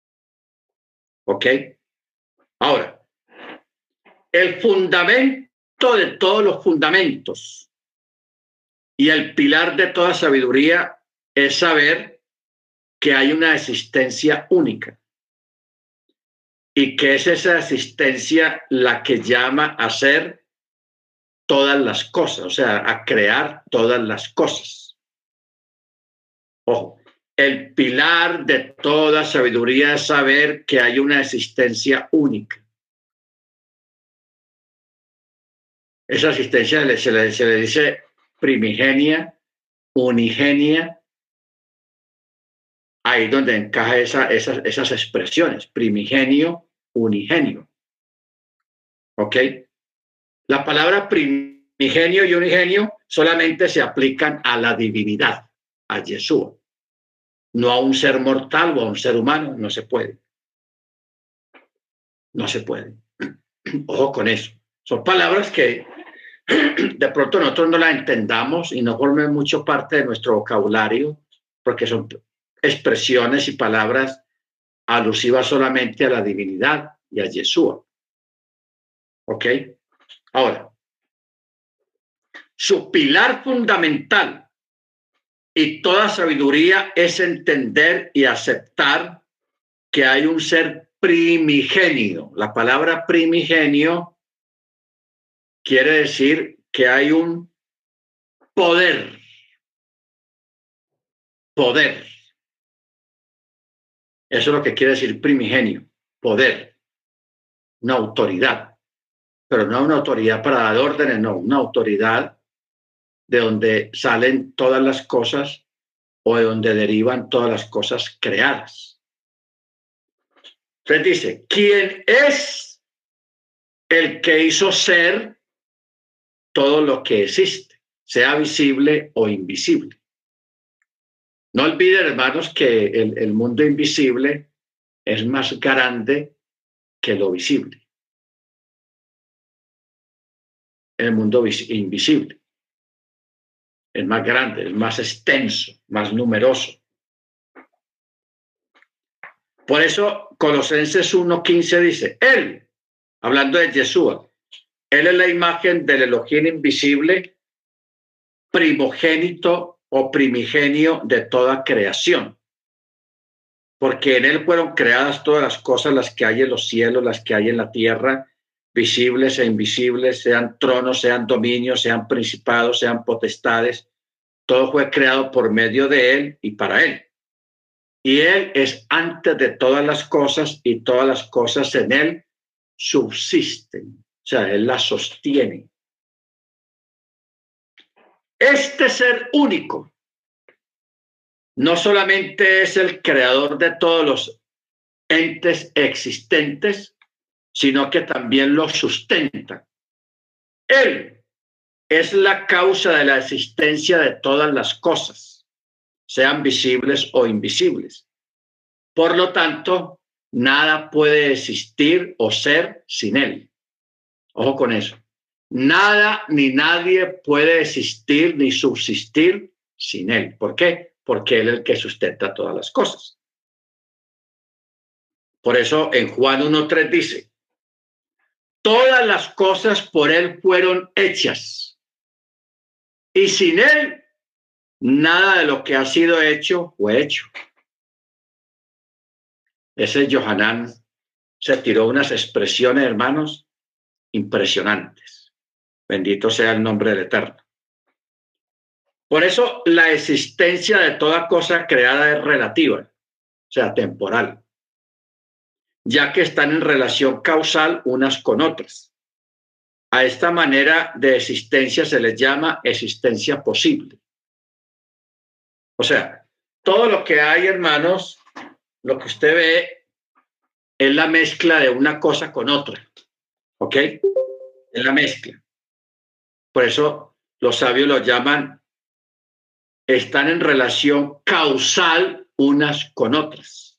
¿Ok? Ahora, el fundamento de todos los fundamentos y el pilar de toda sabiduría es saber que hay una existencia única y que es esa existencia la que llama a ser todas las cosas, o sea, a crear todas las cosas. Ojo, el pilar de toda sabiduría es saber que hay una existencia única. Esa existencia se le dice primigenia, unigenia. Ahí donde encaja esas expresiones, primigenio, unigenio. ¿Ok? La palabra primigenio y unigenio solamente se aplican a la divinidad, a Yeshua. No a un ser mortal o a un ser humano, no se puede. No se puede. Ojo con eso. Son palabras que de pronto nosotros no las entendamos y no formen mucho parte de nuestro vocabulario, porque son expresiones y palabras alusivas solamente a la divinidad y a Yeshua. ¿Ok? Ahora, su pilar fundamental y toda sabiduría es entender y aceptar que hay un ser primigenio. La palabra primigenio quiere decir que hay un poder. Poder. Eso es lo que quiere decir primigenio. Poder. Una autoridad. Pero no una autoridad para dar órdenes, no. Una autoridad de donde salen todas las cosas o de donde derivan todas las cosas creadas. Entonces dice, ¿quién es el que hizo ser todo lo que existe, sea visible o invisible? No olviden, hermanos, que el mundo invisible es más grande que lo visible. El mundo invisible es más grande, es más extenso, más numeroso. Por eso Colosenses 1:15 dice, Él, hablando de Yeshua, Él es la imagen del Elohim invisible, primogénito o primigenio de toda creación. Porque en Él fueron creadas todas las cosas, las que hay en los cielos, las que hay en la tierra, visibles e invisibles, sean tronos, sean dominios, sean principados, sean potestades. Todo fue creado por medio de Él y para Él. Y Él es antes de todas las cosas y todas las cosas en Él subsisten. O sea, Él las sostiene. Este ser único no solamente es el creador de todos los entes existentes, sino que también los sustenta. Él es la causa de la existencia de todas las cosas, sean visibles o invisibles. Por lo tanto, nada puede existir o ser sin Él. Ojo con eso. Nada ni nadie puede existir ni subsistir sin Él. ¿Por qué? Porque Él es el que sustenta todas las cosas. Por eso en Juan 1:3 dice, todas las cosas por Él fueron hechas y sin Él nada de lo que ha sido hecho fue hecho. Ese Yohanan se tiró unas expresiones, hermanos, impresionantes. Bendito sea el nombre del Eterno. Por eso la existencia de toda cosa creada es relativa, o sea, temporal, ya que están en relación causal unas con otras. A esta manera de existencia se les llama existencia posible. O sea, todo lo que hay, hermanos, lo que usted ve es la mezcla de una cosa con otra. ¿Ok? Es la mezcla. Por eso los sabios lo llaman, están en relación causal unas con otras.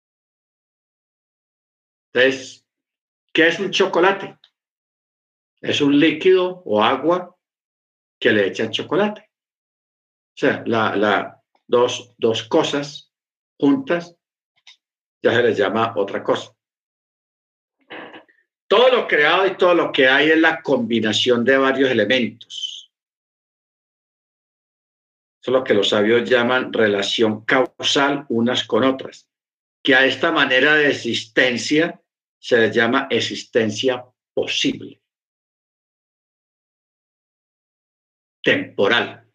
Entonces, ¿qué es un chocolate? Es un líquido o agua que le echan chocolate. O sea, dos cosas juntas ya se les llama otra cosa. Todo lo creado y todo lo que hay es la combinación de varios elementos. Eso es lo que los sabios llaman relación causal unas con otras, que a esta manera de existencia se les llama existencia posible, temporal.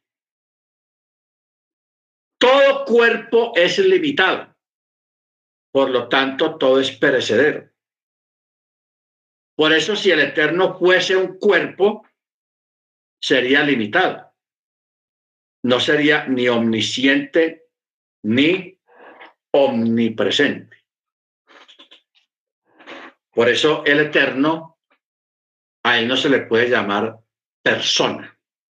Todo cuerpo es limitado, por lo tanto todo es perecedero. Por eso si el Eterno fuese un cuerpo, sería limitado. No sería ni omnisciente ni omnipresente. Por eso el Eterno, a él no se le puede llamar persona.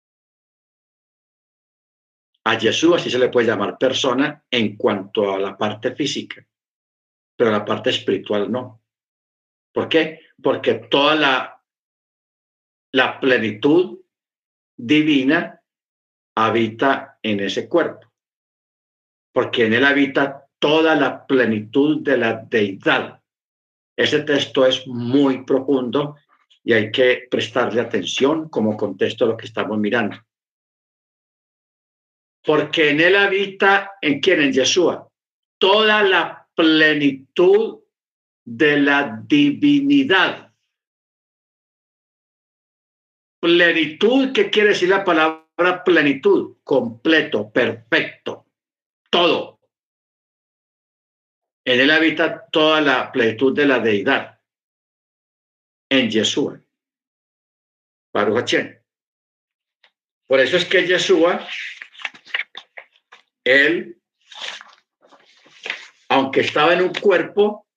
A Yeshua sí se le puede llamar persona en cuanto a la parte física, pero la parte espiritual no. ¿Por qué? Porque toda la plenitud divina habita en ese cuerpo, porque en él habita toda la plenitud de la deidad. Ese texto es muy profundo y hay que prestarle atención como contexto a lo que estamos mirando. Porque en él habita, ¿en quién? En Yeshua, toda la plenitud de la divinidad. Plenitud, ¿qué quiere decir la palabra plenitud? Completo, perfecto, todo. En él habita toda la plenitud de la deidad. En Yeshua. Baruch Hashem. Por eso es que Yeshua, él, aunque estaba en un cuerpo,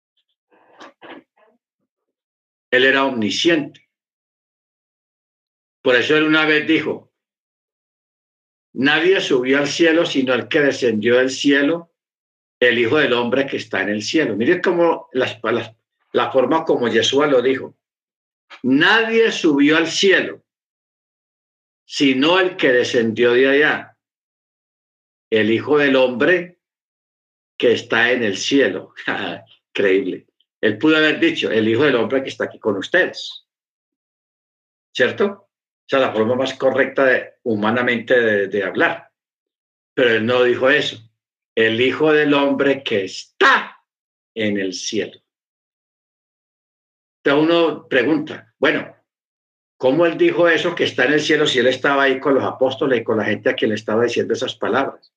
él era omnisciente. Por eso él una vez dijo, nadie subió al cielo sino el que descendió del cielo, el Hijo del Hombre que está en el cielo. Miren cómo la forma como Yeshua lo dijo. Nadie subió al cielo sino el que descendió de allá, el Hijo del Hombre que está en el cielo. Increíble. Él pudo haber dicho, el Hijo del Hombre que está aquí con ustedes. ¿Cierto? O sea, la forma más correcta humanamente de hablar. Pero él no dijo eso. El Hijo del Hombre que está en el cielo. Entonces uno pregunta, bueno, ¿cómo él dijo eso que está en el cielo si él estaba ahí con los apóstoles y con la gente a quien le estaba diciendo esas palabras?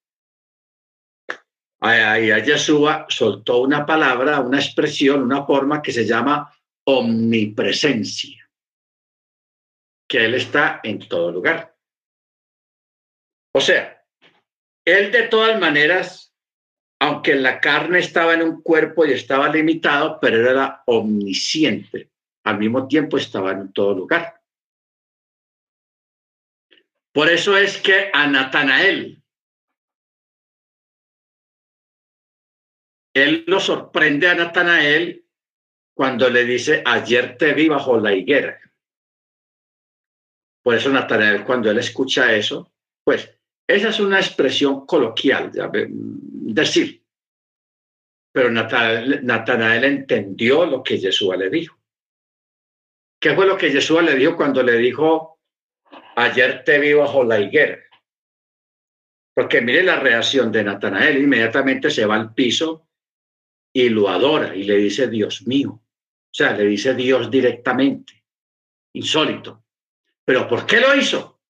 Ahí a Yeshua soltó una palabra, una expresión, una forma que se llama omnipresencia, que él está en todo lugar. O sea, él de todas maneras, aunque en la carne estaba en un cuerpo y estaba limitado, pero era omnisciente. Al mismo tiempo estaba en todo lugar. Por eso es que a Natanael, él lo sorprende a Natanael cuando le dice, ayer te vi bajo la higuera. Por eso Natanael, cuando él escucha eso, pues esa es una expresión coloquial, decir, pero Natanael entendió lo que Yeshua le dijo. ¿Qué fue lo que Yeshua le dijo cuando le dijo, ayer te vi bajo la higuera? Porque mire la reacción de Natanael, inmediatamente se va al piso y lo adora y le dice, Dios mío. O sea, le dice Dios directamente, insólito. ¿Pero por qué lo hizo?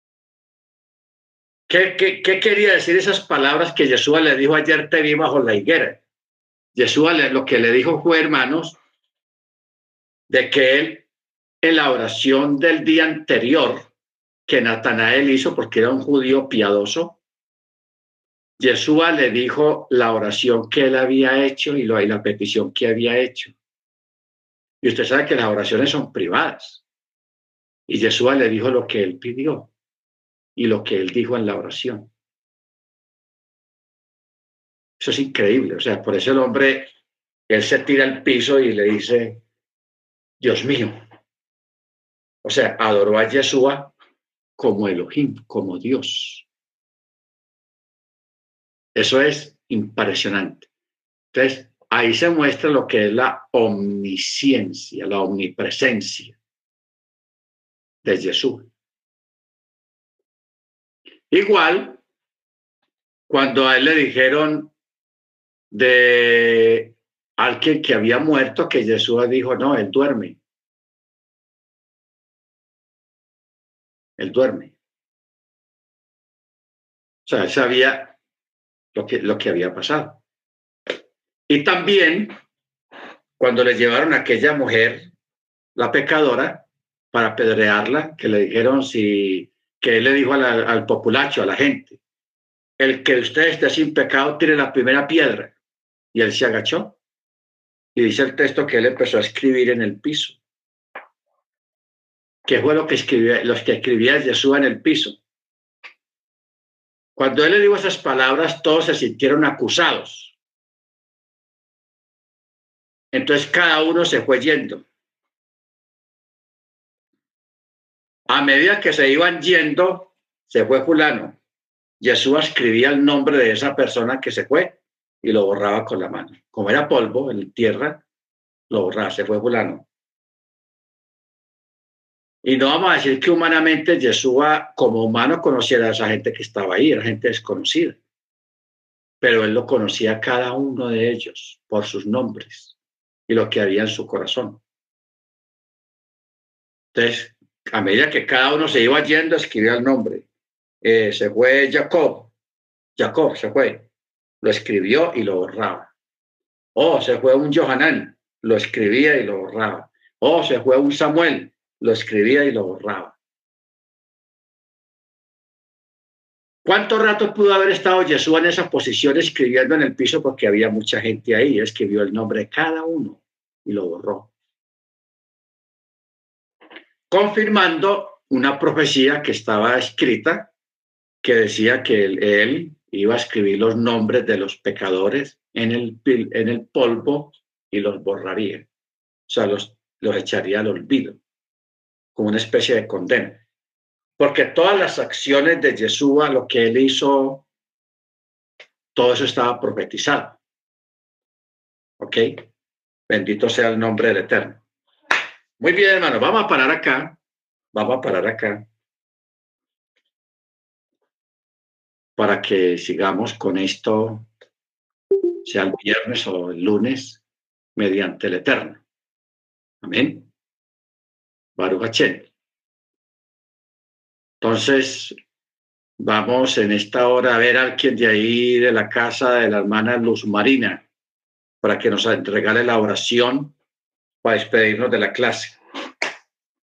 ¿Qué quería decir esas palabras que Yeshua le dijo, ayer te vi bajo la higuera? Yeshua lo que le dijo fue, hermanos, de que él en la oración del día anterior que Natanael hizo, porque era un judío piadoso, Yeshua le dijo la oración que él había hecho y la petición que había hecho. Y usted sabe que las oraciones son privadas. Y Yeshua le dijo lo que él pidió y lo que él dijo en la oración. Eso es increíble. O sea, por eso el hombre, él se tira al piso y le dice, Dios mío. O sea, adoró a Yeshua como Elohim, como Dios. Eso es impresionante. Entonces, ahí se muestra lo que es la omnisciencia, la omnipresencia de Jesús. Igual, cuando a él le dijeron de alguien que había muerto, que Jesús dijo, no, él duerme. Él duerme. O sea, él sabía lo que había pasado. Y también, cuando le llevaron a aquella mujer, la pecadora, para apedrearla, que le dijeron que él le dijo al populacho, a la gente, el que usted esté sin pecado, tire la primera piedra. Y él se agachó. Y dice el texto que él empezó a escribir en el piso. ¿Qué fue lo que escribía Jesús en el piso? Cuando él le dijo esas palabras, todos se sintieron acusados. Entonces cada uno se fue yendo. A medida que se iban yendo, se fue fulano. Jesús escribía el nombre de esa persona que se fue y lo borraba con la mano. Como era polvo en tierra, lo borraba, se fue fulano. Y no vamos a decir que humanamente Jesús como humano conociera a esa gente que estaba ahí, era gente desconocida. Pero él lo conocía a cada uno de ellos por sus nombres y lo que había en su corazón. Entonces, a medida que cada uno se iba yendo, escribía el nombre. Se fue Jacob se fue, lo escribió y lo borraba. Se fue un Johanán, lo escribía y lo borraba. Se fue un Samuel, lo escribía y lo borraba. ¿Cuánto rato pudo haber estado Jesús en esa posición escribiendo en el piso? Porque había mucha gente ahí. Escribió el nombre de cada uno y lo borró, confirmando una profecía que estaba escrita que decía que él iba a escribir los nombres de los pecadores en el polvo y los borraría. O sea, los echaría al olvido, como una especie de condena. Porque todas las acciones de Yeshua, lo que él hizo, todo eso estaba profetizado. ¿Ok? Bendito sea el nombre del Eterno. Muy bien, hermano, vamos a parar acá. Vamos a parar acá para que sigamos con esto, sea el viernes o el lunes, mediante el Eterno. Amén. Baruch Hashem. Entonces, vamos en esta hora a ver a alguien de ahí de la casa de la hermana Luz Marina para que nos regale la oración para despedirnos de la clase.